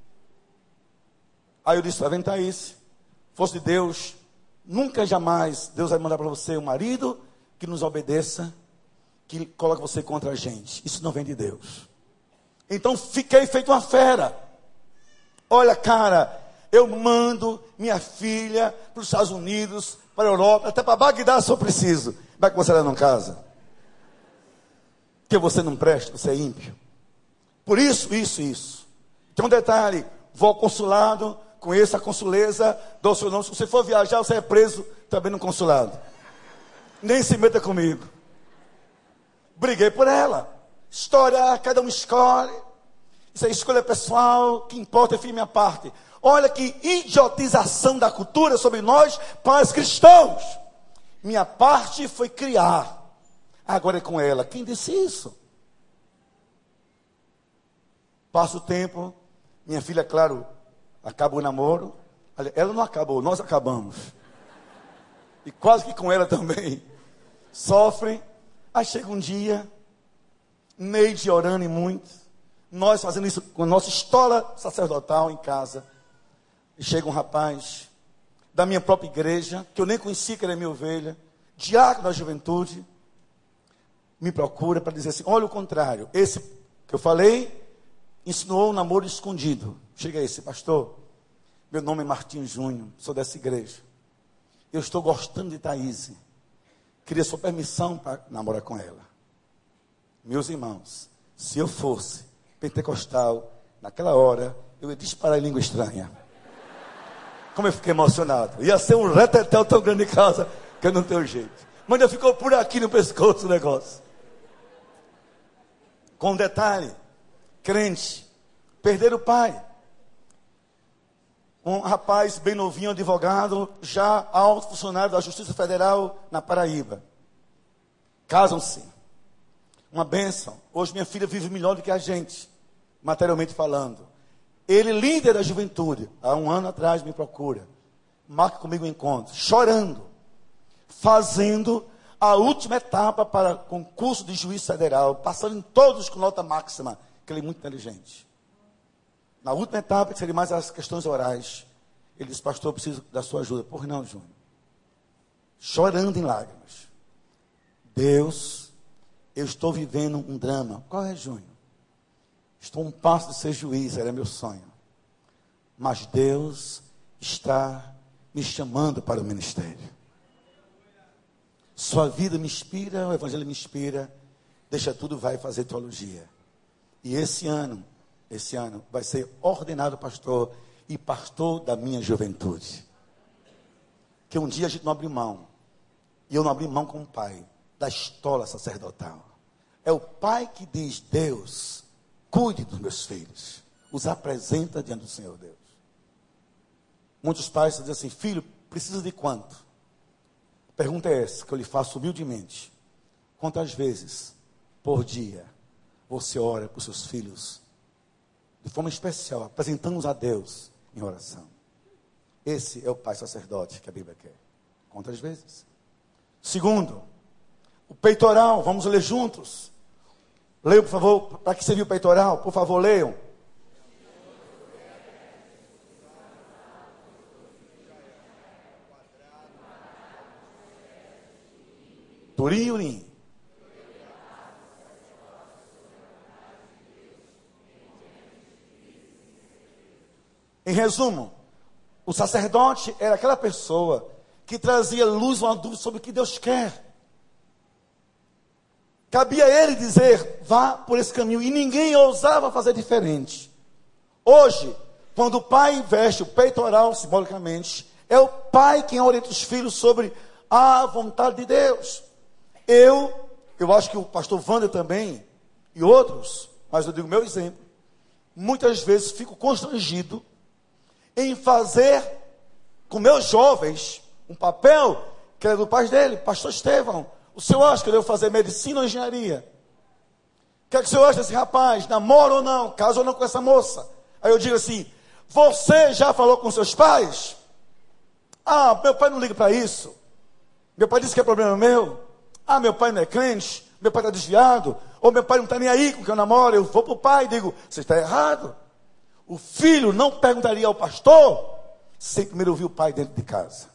Aí eu disse, tá vendo, Thaís? Fosse de Deus, nunca jamais Deus vai mandar para você um marido que nos obedeça, que coloque você contra a gente. Isso não vem de Deus. Então fiquei feito uma fera. Olha, cara, eu mando minha filha para os Estados Unidos, para a Europa, até para Bagdá se eu preciso. Vai que você não casa. Porque você não presta, você é ímpio. Por isso. Tem um detalhe, vou ao consulado, conheço a consuleza, dou o seu nome. Se você for viajar, você é preso também no consulado. Nem se meta comigo. Briguei por ela. História, cada um escolhe. Isso é escolha pessoal, o que importa é minha parte. Olha que idiotização da cultura sobre nós, pais cristãos. Minha parte foi criar. Agora é com ela. Quem disse isso? Passa o tempo, minha filha, claro, acaba o namoro. Ela não acabou, nós acabamos. E quase que com ela também. Sofre. Aí chega um dia, Neide orando e muito, nós fazendo isso com a nossa estola sacerdotal em casa. E chega um rapaz da minha própria igreja, que eu nem conhecia que era minha ovelha, diácono da juventude, me procura para dizer assim, olha o contrário, esse que eu falei, ensinou um namoro escondido. Chega esse, pastor, meu nome é Martinho Júnior, sou dessa igreja. Eu estou gostando de Thaís. Queria sua permissão para namorar com ela. Meus irmãos, se eu fosse pentecostal, naquela hora, eu ia disparar em língua estranha. Como eu fiquei emocionado. Ia ser um retetel tão grande em casa, que eu não tenho jeito. Mas ainda ficou por aqui no pescoço o negócio. Com um detalhe, crente, perder o pai. Um rapaz bem novinho, advogado, já alto funcionário da Justiça Federal na Paraíba. Casam-se. Uma bênção. Hoje minha filha vive melhor do que a gente, materialmente falando. Ele, líder da juventude, há um ano atrás me procura. Marca comigo um encontro. Chorando. Fazendo a última etapa para concurso de juiz federal. Passando em todos com nota máxima. Que ele é muito inteligente. Na última etapa, que seria mais as questões orais, ele disse, pastor, eu preciso da sua ajuda. Por não, Júnior? Chorando em lágrimas. Deus, eu estou vivendo um drama. Qual é, Júnior? Estou a um passo de ser juiz, era meu sonho. Mas Deus está me chamando para o ministério. Sua vida me inspira, o evangelho me inspira. Deixa tudo, vai fazer teologia. E esse ano vai ser ordenado pastor e pastor da minha juventude. Que um dia a gente não abre mão. E eu não abri mão com o pai da estola sacerdotal. É o pai que diz, Deus, cuide dos meus filhos. Os apresenta diante do Senhor Deus. Muitos pais dizem assim, filho, precisa de quanto? A pergunta é essa, que eu lhe faço humildemente. Quantas vezes por dia você ora por seus filhos? De forma especial, apresentamos a Deus em oração. Esse é o pai sacerdote que a Bíblia quer. Quantas vezes? Segundo, o peitoral, vamos ler juntos. Leiam, por favor, para que serviu o peitoral? Por favor, leiam. Turim e Urim. Em resumo, o sacerdote era aquela pessoa que trazia luz, uma dúvida sobre o que Deus quer. Cabia a ele dizer, vá por esse caminho, e ninguém ousava fazer diferente. Hoje, quando o pai veste o peitoral, simbolicamente, é o pai quem orienta os filhos sobre a vontade de Deus. Eu acho que o pastor Wander também, e outros, mas eu digo meu exemplo, muitas vezes fico constrangido em fazer com meus jovens um papel que era do pai dele, pastor Estevão. O senhor acha que eu devo fazer medicina ou engenharia? O que é que o senhor acha desse rapaz? Namora ou não? Casa ou não com essa moça? Aí eu digo assim, você já falou com seus pais? Ah, meu pai não liga para isso. Meu pai disse que é problema meu. Ah, meu pai não é crente. meu pai está desviado, ou meu pai não está nem aí com quem eu namoro, eu vou para o pai e digo, você está errado. O filho não perguntaria ao pastor sem primeiro ouvir o pai dentro de casa.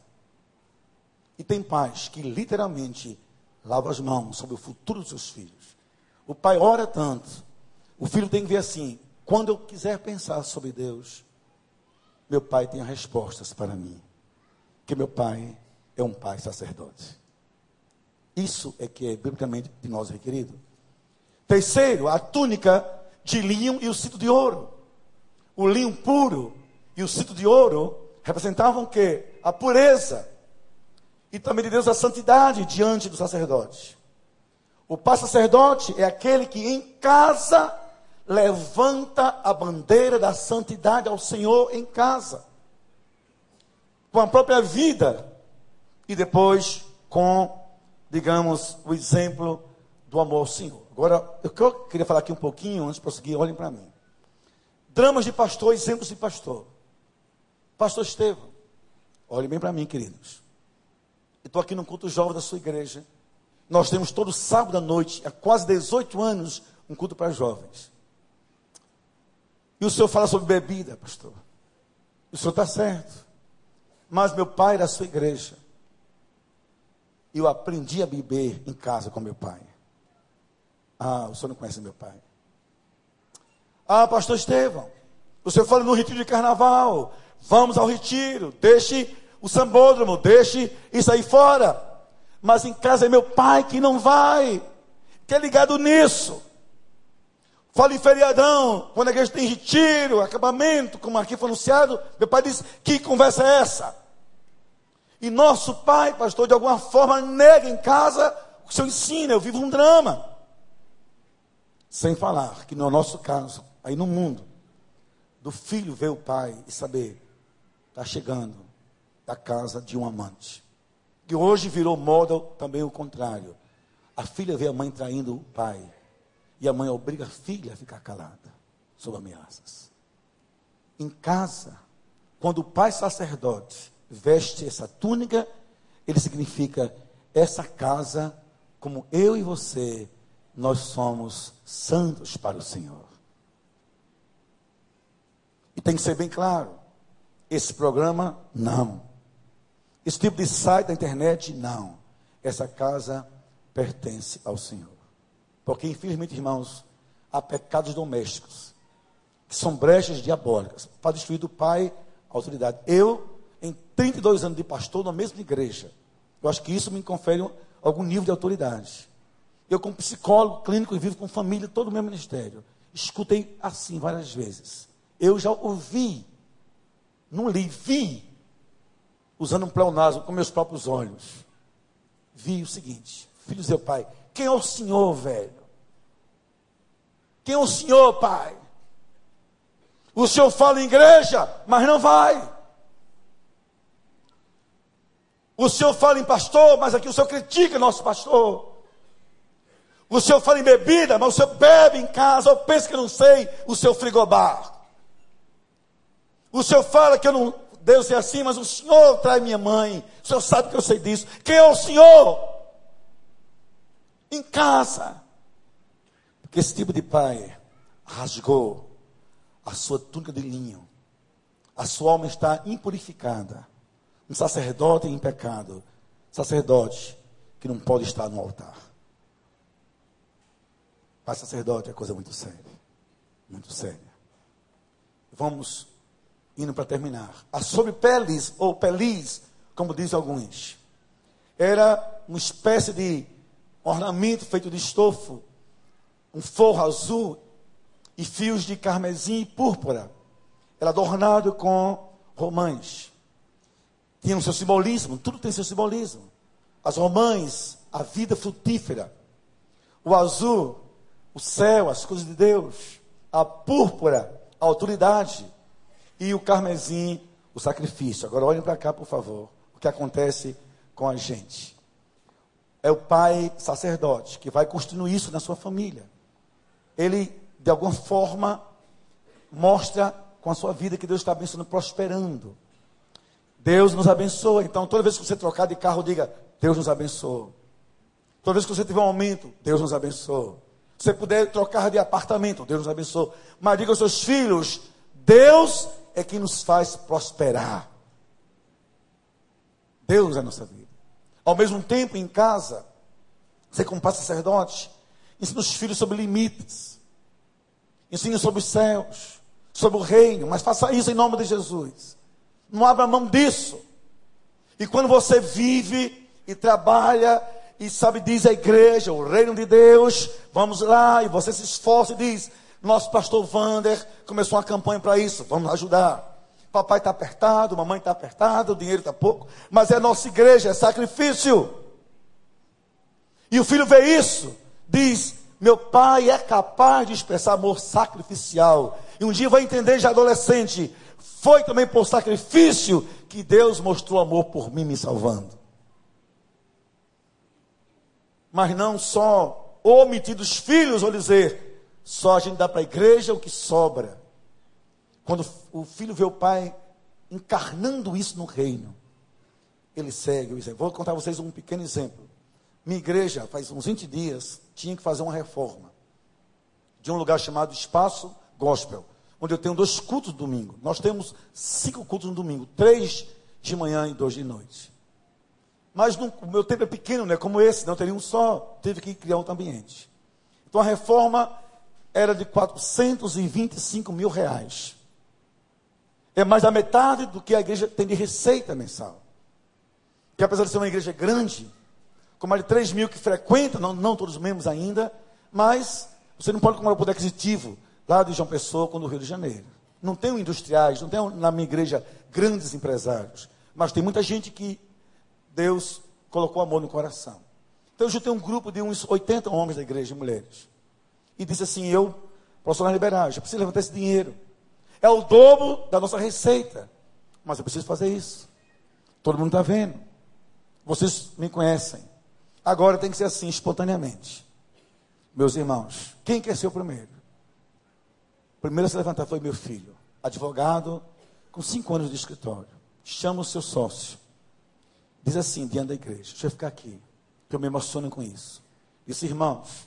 E tem pais que literalmente lavam as mãos sobre o futuro dos seus filhos. O pai ora tanto, o filho tem que ver assim, quando eu quiser pensar sobre Deus, meu pai tem respostas para mim. Porque meu pai é um pai sacerdote. Isso é que é biblicamente de nós requerido. Terceiro, a túnica de linho e o cinto de ouro. O linho puro e o cinto de ouro representavam o quê? A pureza. E também de Deus a santidade diante do sacerdote. O pai sacerdote é aquele que em casa levanta a bandeira da santidade ao Senhor em casa. Com a própria vida. E depois com, digamos, o exemplo do amor ao Senhor. Agora, eu queria falar aqui um pouquinho, antes de prosseguir, olhem para mim. Dramas de pastor, exemplos de pastor. Pastor Estevão, olhem bem para mim, queridos. Eu estou aqui no culto jovem da sua igreja. Nós temos todo sábado à noite, há quase 18 anos, um culto para jovens. E o senhor fala sobre bebida, pastor. O senhor está certo. Mas meu pai era da sua igreja. E eu aprendi a beber em casa com meu pai. Ah, o senhor não conhece meu pai. Ah, pastor Estevão, o senhor fala no retiro de carnaval. Vamos ao retiro, deixe o sambódromo, deixe isso aí fora. Mas em casa é meu pai que não vai, que é ligado nisso. Fala em feriadão, quando a igreja tem retiro, acabamento, como aqui foi anunciado, meu pai diz, que conversa é essa? E nosso pai, pastor, de alguma forma nega em casa o que o senhor ensina, eu vivo um drama. Sem falar que no nosso caso, aí no mundo, do filho ver o pai e saber, está chegando da casa de um amante. Que hoje virou moda também o contrário. A filha vê a mãe traindo o pai. E a mãe obriga a filha a ficar calada, sob ameaças. Em casa, quando o pai sacerdote veste essa túnica, ele significa, essa casa, como eu e você, nós somos santos para o Senhor. E tem que ser bem claro, esse programa, não. Esse tipo de site da internet, não. Essa casa pertence ao Senhor. Porque, infelizmente, irmãos, há pecados domésticos, que são brechas diabólicas, para destruir do pai a autoridade. Eu, em 32 anos de pastor, na mesma igreja, eu acho que isso me confere algum nível de autoridade. Eu, como psicólogo clínico e vivo com família, todo o meu ministério, escutei assim várias vezes. Eu já ouvi, não li, vi, usando um pleonasmo com meus próprios olhos, vi o seguinte, filho do seu pai, quem é o senhor, velho? Quem é o senhor, pai? O senhor fala em igreja, mas não vai. O senhor fala em pastor, mas aqui o senhor critica nosso pastor. O senhor fala em bebida, mas o senhor bebe em casa, eu penso que eu não sei o seu frigobar. O senhor fala que eu não, Deus é assim, mas o senhor trai minha mãe. O senhor sabe que eu sei disso. Quem é o senhor? Em casa. Porque esse tipo de pai rasgou a sua túnica de linho. A sua alma está impurificada. Um sacerdote em pecado. Sacerdote que não pode estar no altar. Pai sacerdote é coisa muito séria. Muito séria. Vamos indo para terminar. A sobrepeles, ou pelis, como dizem alguns, era uma espécie de ornamento feito de estofo, um forro azul e fios de carmesim e púrpura. Era adornado com romãs. Tinha o seu simbolismo, tudo tem seu simbolismo. As romãs, a vida frutífera. O azul, o céu, as coisas de Deus. A púrpura, a autoridade. E o carmesim, o sacrifício. Agora olhem para cá, por favor. O que acontece com a gente. É o pai sacerdote que vai construir isso na sua família. Ele, de alguma forma, mostra com a sua vida que Deus está abençoando, prosperando. Deus nos abençoa. Então, toda vez que você trocar de carro, diga, Deus nos abençoou. Toda vez que você tiver um aumento, Deus nos abençoe. Se você puder trocar de apartamento, Deus nos abençoe. Mas diga aos seus filhos, Deus é quem nos faz prosperar. Deus é a nossa vida. Ao mesmo tempo, em casa, você como pai sacerdote, ensina os filhos sobre limites. Ensine sobre os céus, sobre o reino. Mas faça isso em nome de Jesus. Não abra mão disso. E quando você vive e trabalha e sabe, diz a igreja, o reino de Deus, vamos lá, e você se esforça e diz, nosso pastor Wander começou uma campanha para isso, vamos ajudar. Papai está apertado, mamãe está apertada, o dinheiro está pouco, mas é nossa igreja, é sacrifício. E o filho vê isso, diz, meu pai é capaz de expressar amor sacrificial. E um dia vai entender, já adolescente, foi também por sacrifício que Deus mostrou amor por mim, me salvando. Mas não só omitir dos filhos, ou dizer, só a gente dá para a igreja o que sobra. Quando o filho vê o pai encarnando isso no reino, ele segue o exemplo. Vou contar a vocês um pequeno exemplo. Minha igreja, faz uns 20 dias, tinha que fazer uma reforma de um lugar chamado Espaço Gospel, onde eu tenho 2 cultos no domingo. Nós temos 5 cultos no domingo, 3 de manhã e 2 de noite. Mas o meu tempo é pequeno, não é como esse, não teria um só, teve que criar outro ambiente. Então a reforma era de 425 mil reais. É mais da metade do que a igreja tem de receita mensal. Que apesar de ser uma igreja grande, com mais de 3 mil que frequentam, não todos os membros ainda, mas você não pode comparar o poder aquisitivo lá de João Pessoa com o do Rio de Janeiro. Não tem industriais, não tem na minha igreja grandes empresários, mas tem muita gente que Deus colocou amor no coração. Então eu juntei um grupo de uns 80 homens da igreja, mulheres. E disse assim, profissional liberal, já preciso levantar esse dinheiro. É o dobro da nossa receita. Mas eu preciso fazer isso. Todo mundo está vendo. Vocês me conhecem. Agora tem que ser assim, espontaneamente. Meus irmãos, quem quer ser o primeiro? O primeiro a se levantar foi meu filho. Advogado, com 5 anos de escritório. Chama o seu sócio. Diz assim, diante da igreja, deixa eu ficar aqui, que eu me emociono com isso. Disse, irmãos,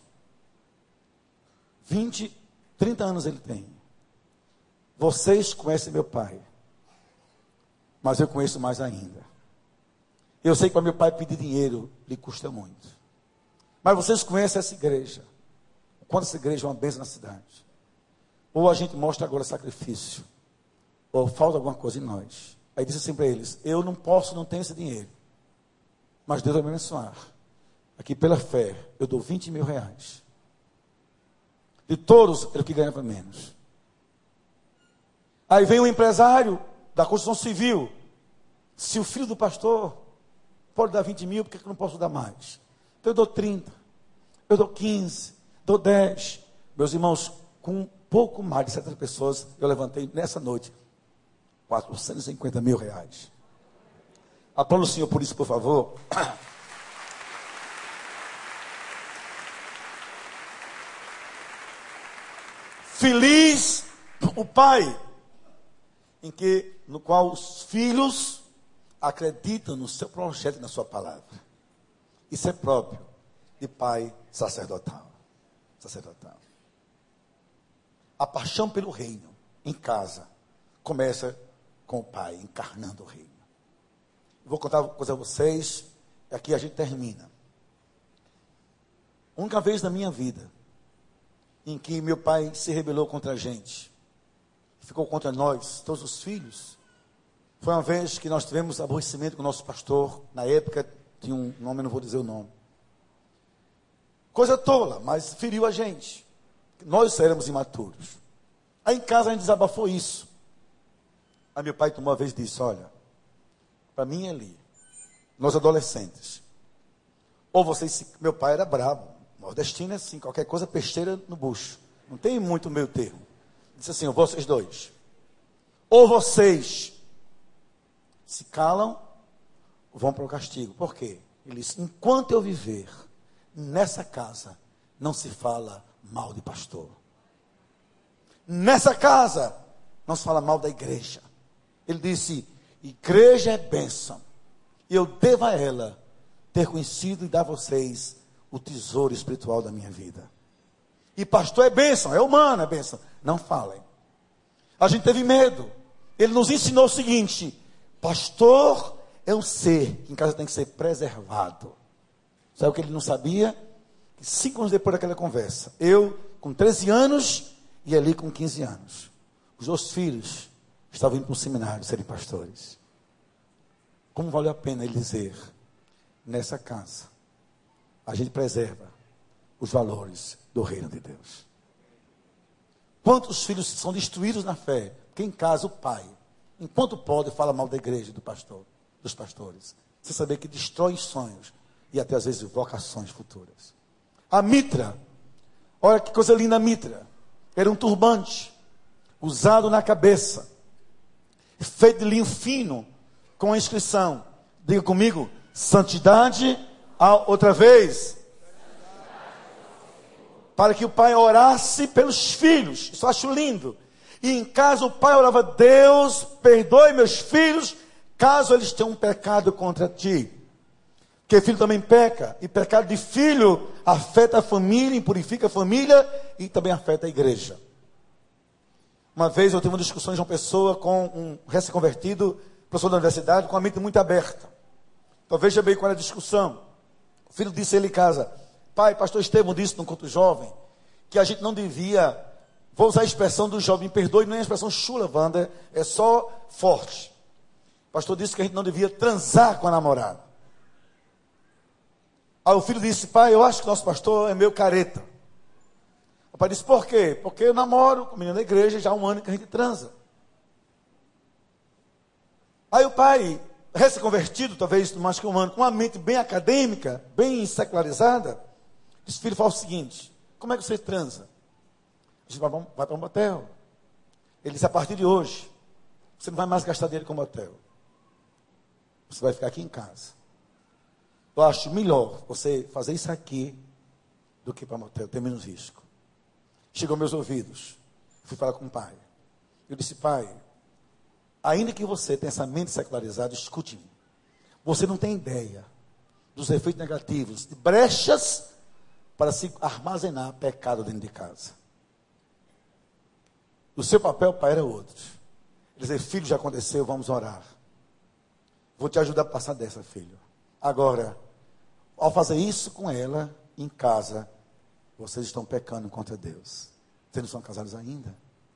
20, 30 anos ele tem. Vocês conhecem meu pai, mas eu conheço mais ainda. Eu sei que para meu pai pedir dinheiro lhe custa muito. Mas vocês conhecem essa igreja. Quando essa igreja é uma bênção na cidade. Ou a gente mostra agora sacrifício, ou falta alguma coisa em nós. Aí disse assim para eles, eu não tenho esse dinheiro. Mas Deus vai me abençoar. Aqui pela fé, eu dou 20 mil reais. De todos, ele que ganhava menos. Aí vem um empresário da construção civil. Se o filho do pastor pode dar 20 mil, por que eu não posso dar mais? Então eu dou 30, eu dou 15, dou 10. Meus irmãos, com um pouco mais de 70 pessoas, eu levantei nessa noite 450 mil reais. Aplauda o Senhor por isso, por favor. Feliz o pai no qual os filhos acreditam no seu projeto e na sua palavra. Isso é próprio de pai sacerdotal. A paixão pelo reino em casa começa com o pai encarnando o reino. Vou contar uma coisa a vocês, aqui a gente termina. A única vez na minha vida em que meu pai se rebelou contra a gente, ficou contra nós, todos os filhos, foi uma vez que nós tivemos aborrecimento com o nosso pastor, na época tinha um nome, não vou dizer o nome. Coisa tola, mas feriu a gente. Nós éramos imaturos. Aí em casa a gente desabafou isso. Aí meu pai tomou uma vez e disse, olha, para mim ali, nós adolescentes, ou vocês, meu pai era brabo, nordestino é assim, qualquer coisa pesteira no bucho, não tem muito meio termo. Disse assim, vocês dois, ou vocês se calam, ou vão para o castigo. Por quê? Ele disse, enquanto eu viver nessa casa, não se fala mal de pastor. Nessa casa, não se fala mal da igreja. Ele disse, igreja é bênção. E eu devo a ela ter conhecido e dar a vocês o tesouro espiritual da minha vida. E pastor é bênção, é humano, é bênção. Não falem. A gente teve medo. Ele nos ensinou o seguinte: pastor é um ser que em casa tem que ser preservado. Sabe o que ele não sabia? Que 5 anos depois daquela conversa, eu com 13 anos e ali com 15 anos, os 2 filhos estavam indo para um seminário serem pastores. Como valeu a pena ele dizer: nessa casa a gente preserva os valores do reino de Deus. Quantos filhos são destruídos na fé? Porque em casa o pai, enquanto pode, fala mal da igreja, do pastor, dos pastores. Você saber que destrói sonhos e até às vezes vocações futuras. A mitra, olha que coisa linda a mitra. Era um turbante usado na cabeça, feito de linho fino, com a inscrição, diga comigo, santidade, outra vez, para que o pai orasse pelos filhos. Isso eu acho lindo. E em casa o pai orava: Deus, perdoe meus filhos, caso eles tenham um pecado contra ti. Porque filho também peca, e pecado de filho afeta a família, impurifica a família e também afeta a igreja. Uma vez eu tive uma discussão de uma pessoa com um recém-convertido, professor da universidade, com a mente muito aberta. Então veja bem qual é a discussão. O filho disse a ele em casa: pai, pastor Estevão disse num culto jovem, que a gente não devia, vou usar a expressão do jovem, me perdoe, não é a expressão chula, Wanda, é só forte. O pastor disse que a gente não devia transar com a namorada. Aí o filho disse: pai, eu acho que nosso pastor é meio careta. O pai disse: por quê? Porque eu namoro com a menina da igreja já há 1 ano que a gente transa. Aí o pai, recém-convertido, talvez mais que 1 ano, com uma mente bem acadêmica, bem secularizada, disse: filho, fala o seguinte, como é que você transa? Eu disse: vai para um motel. Ele disse: a partir de hoje, você não vai mais gastar dinheiro com motel. Você vai ficar aqui em casa. Eu acho melhor você fazer isso aqui do que para motel, tem menos risco. Chegou aos meus ouvidos. Fui falar com o pai. Eu disse: pai, ainda que você tenha essa mente secularizada, escute-me. Você não tem ideia dos efeitos negativos, de brechas para se armazenar pecado dentro de casa. O seu papel, pai, era outro. Ele dizia: filho, já aconteceu, vamos orar. Vou te ajudar a passar dessa, filho. Agora, ao fazer isso com ela, em casa, vocês estão pecando contra Deus. Vocês não são casados ainda?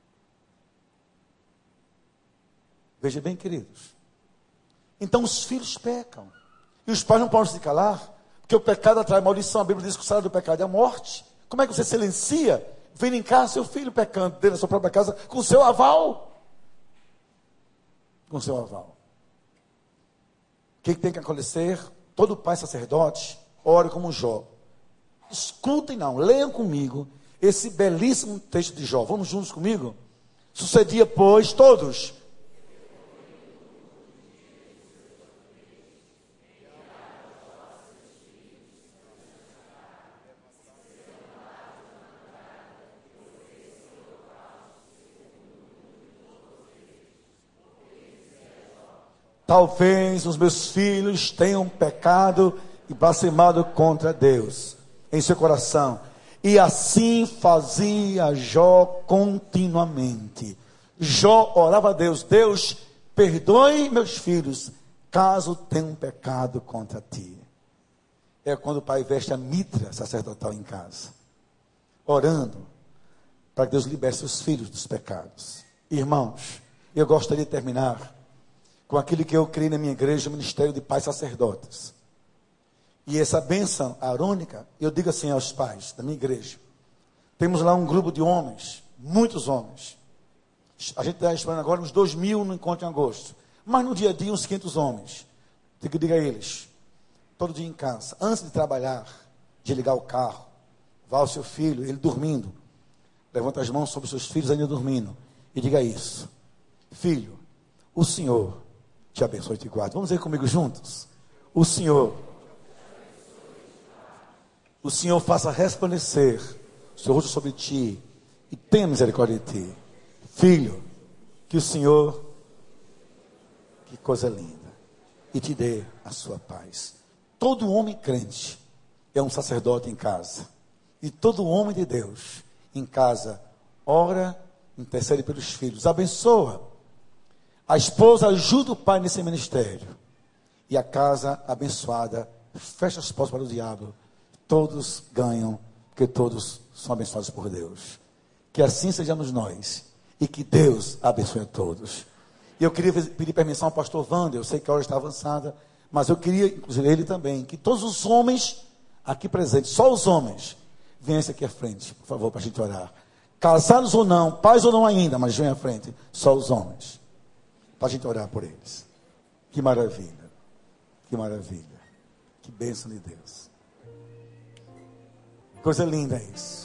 Veja bem, queridos. Então os filhos pecam. E os pais não podem se calar, porque o pecado atrai maldição. A Bíblia diz que o salário do pecado é a morte. Como é que você silencia? Vem em casa, seu filho pecando dentro da sua própria casa, com seu aval. Com seu aval. O que tem que acontecer? Todo pai sacerdote, ore como Jó. Escutem não, leiam comigo esse belíssimo texto de Jó. Vamos juntos comigo? Sucedia, pois, todos. Talvez os meus filhos tenham pecado e blasfemado contra Deus em seu coração. E assim fazia Jó continuamente. Jó orava a Deus: Deus, perdoe meus filhos, caso tenham pecado contra ti. É quando o pai veste a mitra sacerdotal em casa, orando para que Deus libere seus filhos dos pecados. Irmãos, eu gostaria de terminar com aquilo que eu criei na minha igreja, o Ministério de Pais Sacerdotes. E essa bênção arônica, eu digo assim aos pais da minha igreja: temos lá um grupo de homens, muitos homens. A gente está esperando agora uns 2.000 no encontro em agosto. Mas no dia a dia, uns 500 homens. Diga a eles, todo dia em casa, antes de trabalhar, de ligar o carro, vá ao seu filho, ele dormindo, levanta as mãos sobre os seus filhos ainda dormindo, e diga isso: filho, o Senhor te abençoe e te guarde. Vamos dizer comigo juntos? O Senhor faça resplandecer o seu rosto sobre ti e tenha misericórdia de ti. Filho, que o Senhor, que coisa linda, e te dê a sua paz. Todo homem crente é um sacerdote em casa. E todo homem de Deus em casa ora, intercede pelos filhos, abençoa. A esposa ajuda o pai nesse ministério. E a casa abençoada fecha as portas para o diabo. Todos ganham, porque todos são abençoados por Deus. Que assim sejamos nós. E que Deus abençoe a todos. E eu queria pedir permissão ao pastor Wander. Eu sei que a hora está avançada, mas eu queria, inclusive ele também, que todos os homens aqui presentes, só os homens, venham aqui à frente, por favor, para a gente orar. Casados ou não, pais ou não ainda, mas venham à frente, só os homens, para a gente orar por eles. Que maravilha, que maravilha, que bênção de Deus. Coisa linda é isso.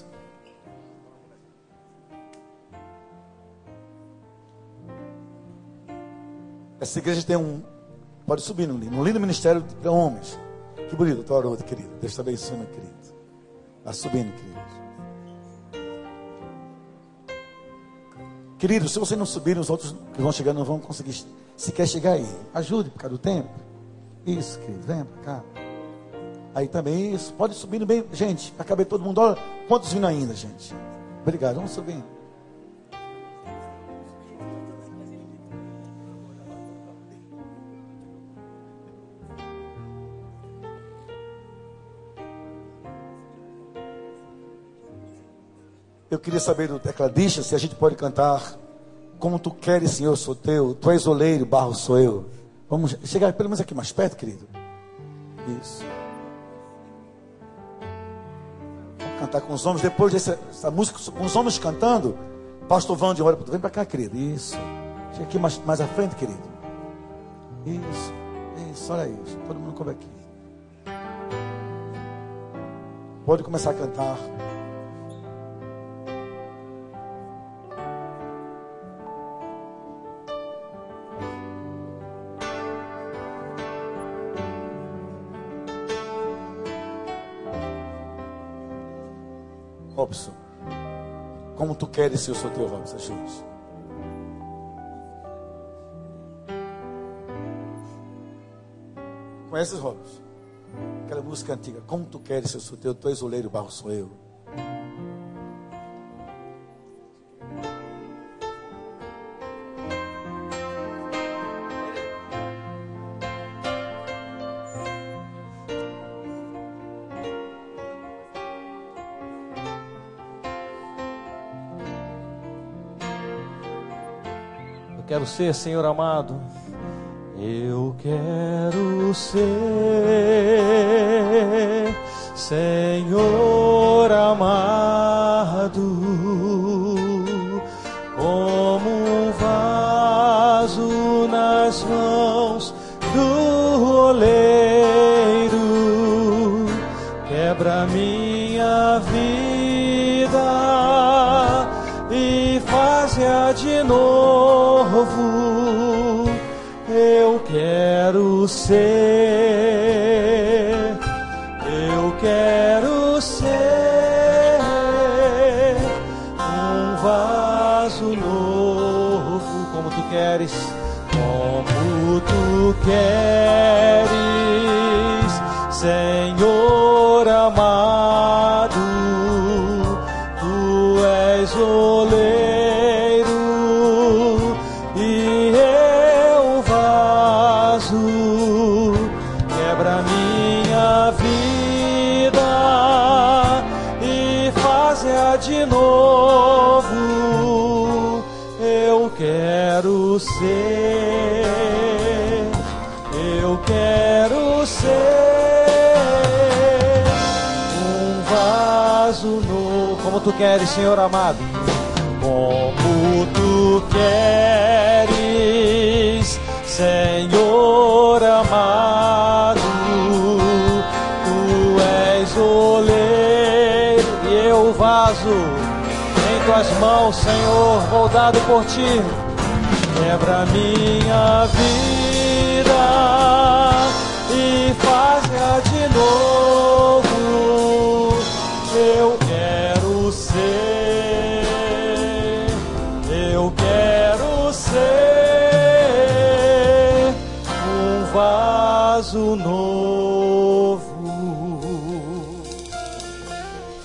Essa igreja tem pode subir um lindo ministério para homens. Que bonito, tua orota, querido. Deus te abençoe, meu querido. Vai subindo, querido. Querido, se você não subir, os outros que vão chegar não vão conseguir sequer chegar aí. Ajude por causa do tempo. Isso, querido, vem para cá. Aí também, isso, pode subir bem. Gente, para caber todo mundo. Olha, quantos vindo ainda, gente? Obrigado, vamos subindo. Eu queria saber do tecladista se a gente pode cantar Como Tu Queres, Senhor, Sou Teu. Tu és oleiro, barro sou eu. Vamos chegar pelo menos aqui mais perto, querido. Isso. Vamos cantar com os homens. Depois dessa música, com os homens cantando, pastor Wander, olha, vem para cá, querido. Isso. Chega aqui mais à frente, querido. Isso, olha isso. Todo mundo come aqui. Pode começar a cantar. Robson, como tu queres se eu sou teu, Robson, ajude. Conheces, Robson? Aquela música antiga, como tu queres se eu sou teu, tu és oleiro, barro sou eu. Quero ser, Senhor amado, eu quero ser, Senhor amado, como um vaso nas mãos do oleiro, quebra minha vida e faz-a de novo. Eu quero ser, um vaso novo, como tu queres, Senhor amado, tu és oleiro. Quebra minha vida e faz-a de novo. Eu quero ser um vaso novo. Como tu queres, Senhor amado, como tu queres, Senhor amado, tu és oleiro e eu vaso em tuas mãos, Senhor, moldado por ti. Quebra minha vida e faz-a de novo. Eu quero ser um vaso novo.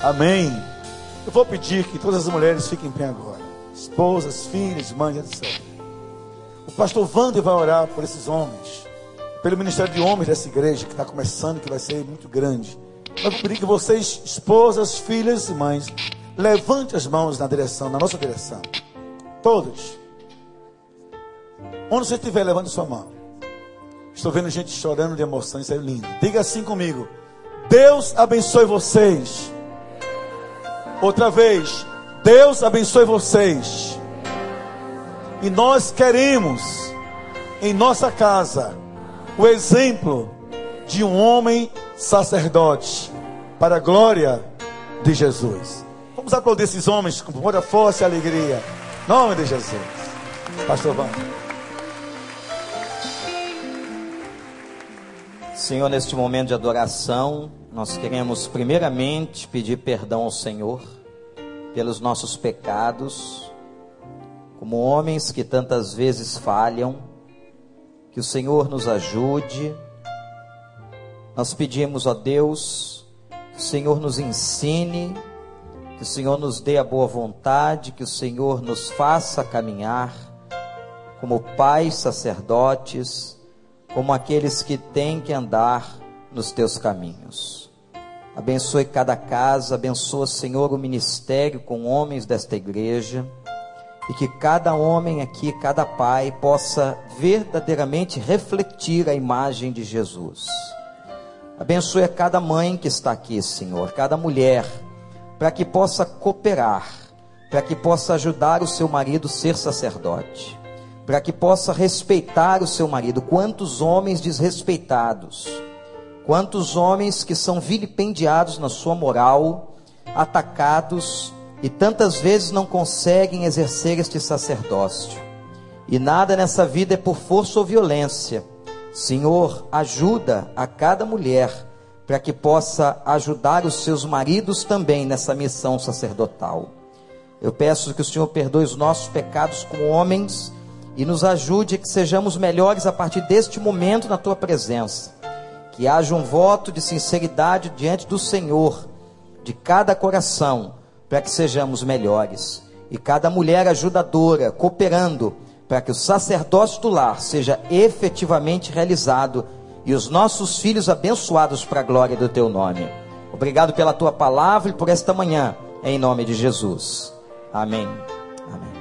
Amém. Eu vou pedir que todas as mulheres fiquem em pé agora. Esposas, filhas, mães, etc. O pastor Wander vai orar por esses homens, pelo ministério de homens dessa igreja que está começando, que vai ser muito grande. Eu vou pedir que vocês, esposas, filhas e mães, levante as mãos na nossa direção. Todos. Onde você estiver, levante sua mão. Estou vendo gente chorando de emoção, isso é lindo. Diga assim comigo: Deus abençoe vocês. Outra vez: Deus abençoe vocês. E nós queremos em nossa casa o exemplo de um homem sacerdote, para a glória de Jesus. Vamos aplaudir esses homens com muita força e alegria, em nome de Jesus. Pastor Wander. Senhor, neste momento de adoração, nós queremos primeiramente pedir perdão ao Senhor pelos nossos pecados, como homens que tantas vezes falham. Que o Senhor nos ajude. Nós pedimos a Deus que o Senhor nos ensine, que o Senhor nos dê a boa vontade, que o Senhor nos faça caminhar como pais sacerdotes, como aqueles que têm que andar nos teus caminhos. Abençoe cada casa, abençoa, Senhor, o ministério com homens desta igreja, e que cada homem aqui, cada pai, possa verdadeiramente refletir a imagem de Jesus. Abençoe a cada mãe que está aqui, Senhor, cada mulher, para que possa cooperar, para que possa ajudar o seu marido a ser sacerdote, para que possa respeitar o seu marido. Quantos homens desrespeitados, quantos homens que são vilipendiados na sua moral, atacados, e tantas vezes não conseguem exercer este sacerdócio. E nada nessa vida é por força ou violência. Senhor, ajuda a cada mulher, para que possa ajudar os seus maridos também nessa missão sacerdotal. Eu peço que o Senhor perdoe os nossos pecados como homens, e nos ajude a que sejamos melhores a partir deste momento na Tua presença. Que haja um voto de sinceridade diante do Senhor, de cada coração, para que sejamos melhores. E cada mulher ajudadora, cooperando, para que o sacerdócio do lar seja efetivamente realizado, e os nossos filhos abençoados para a glória do Teu nome. Obrigado pela Tua palavra e por esta manhã, em nome de Jesus. Amém. Amém.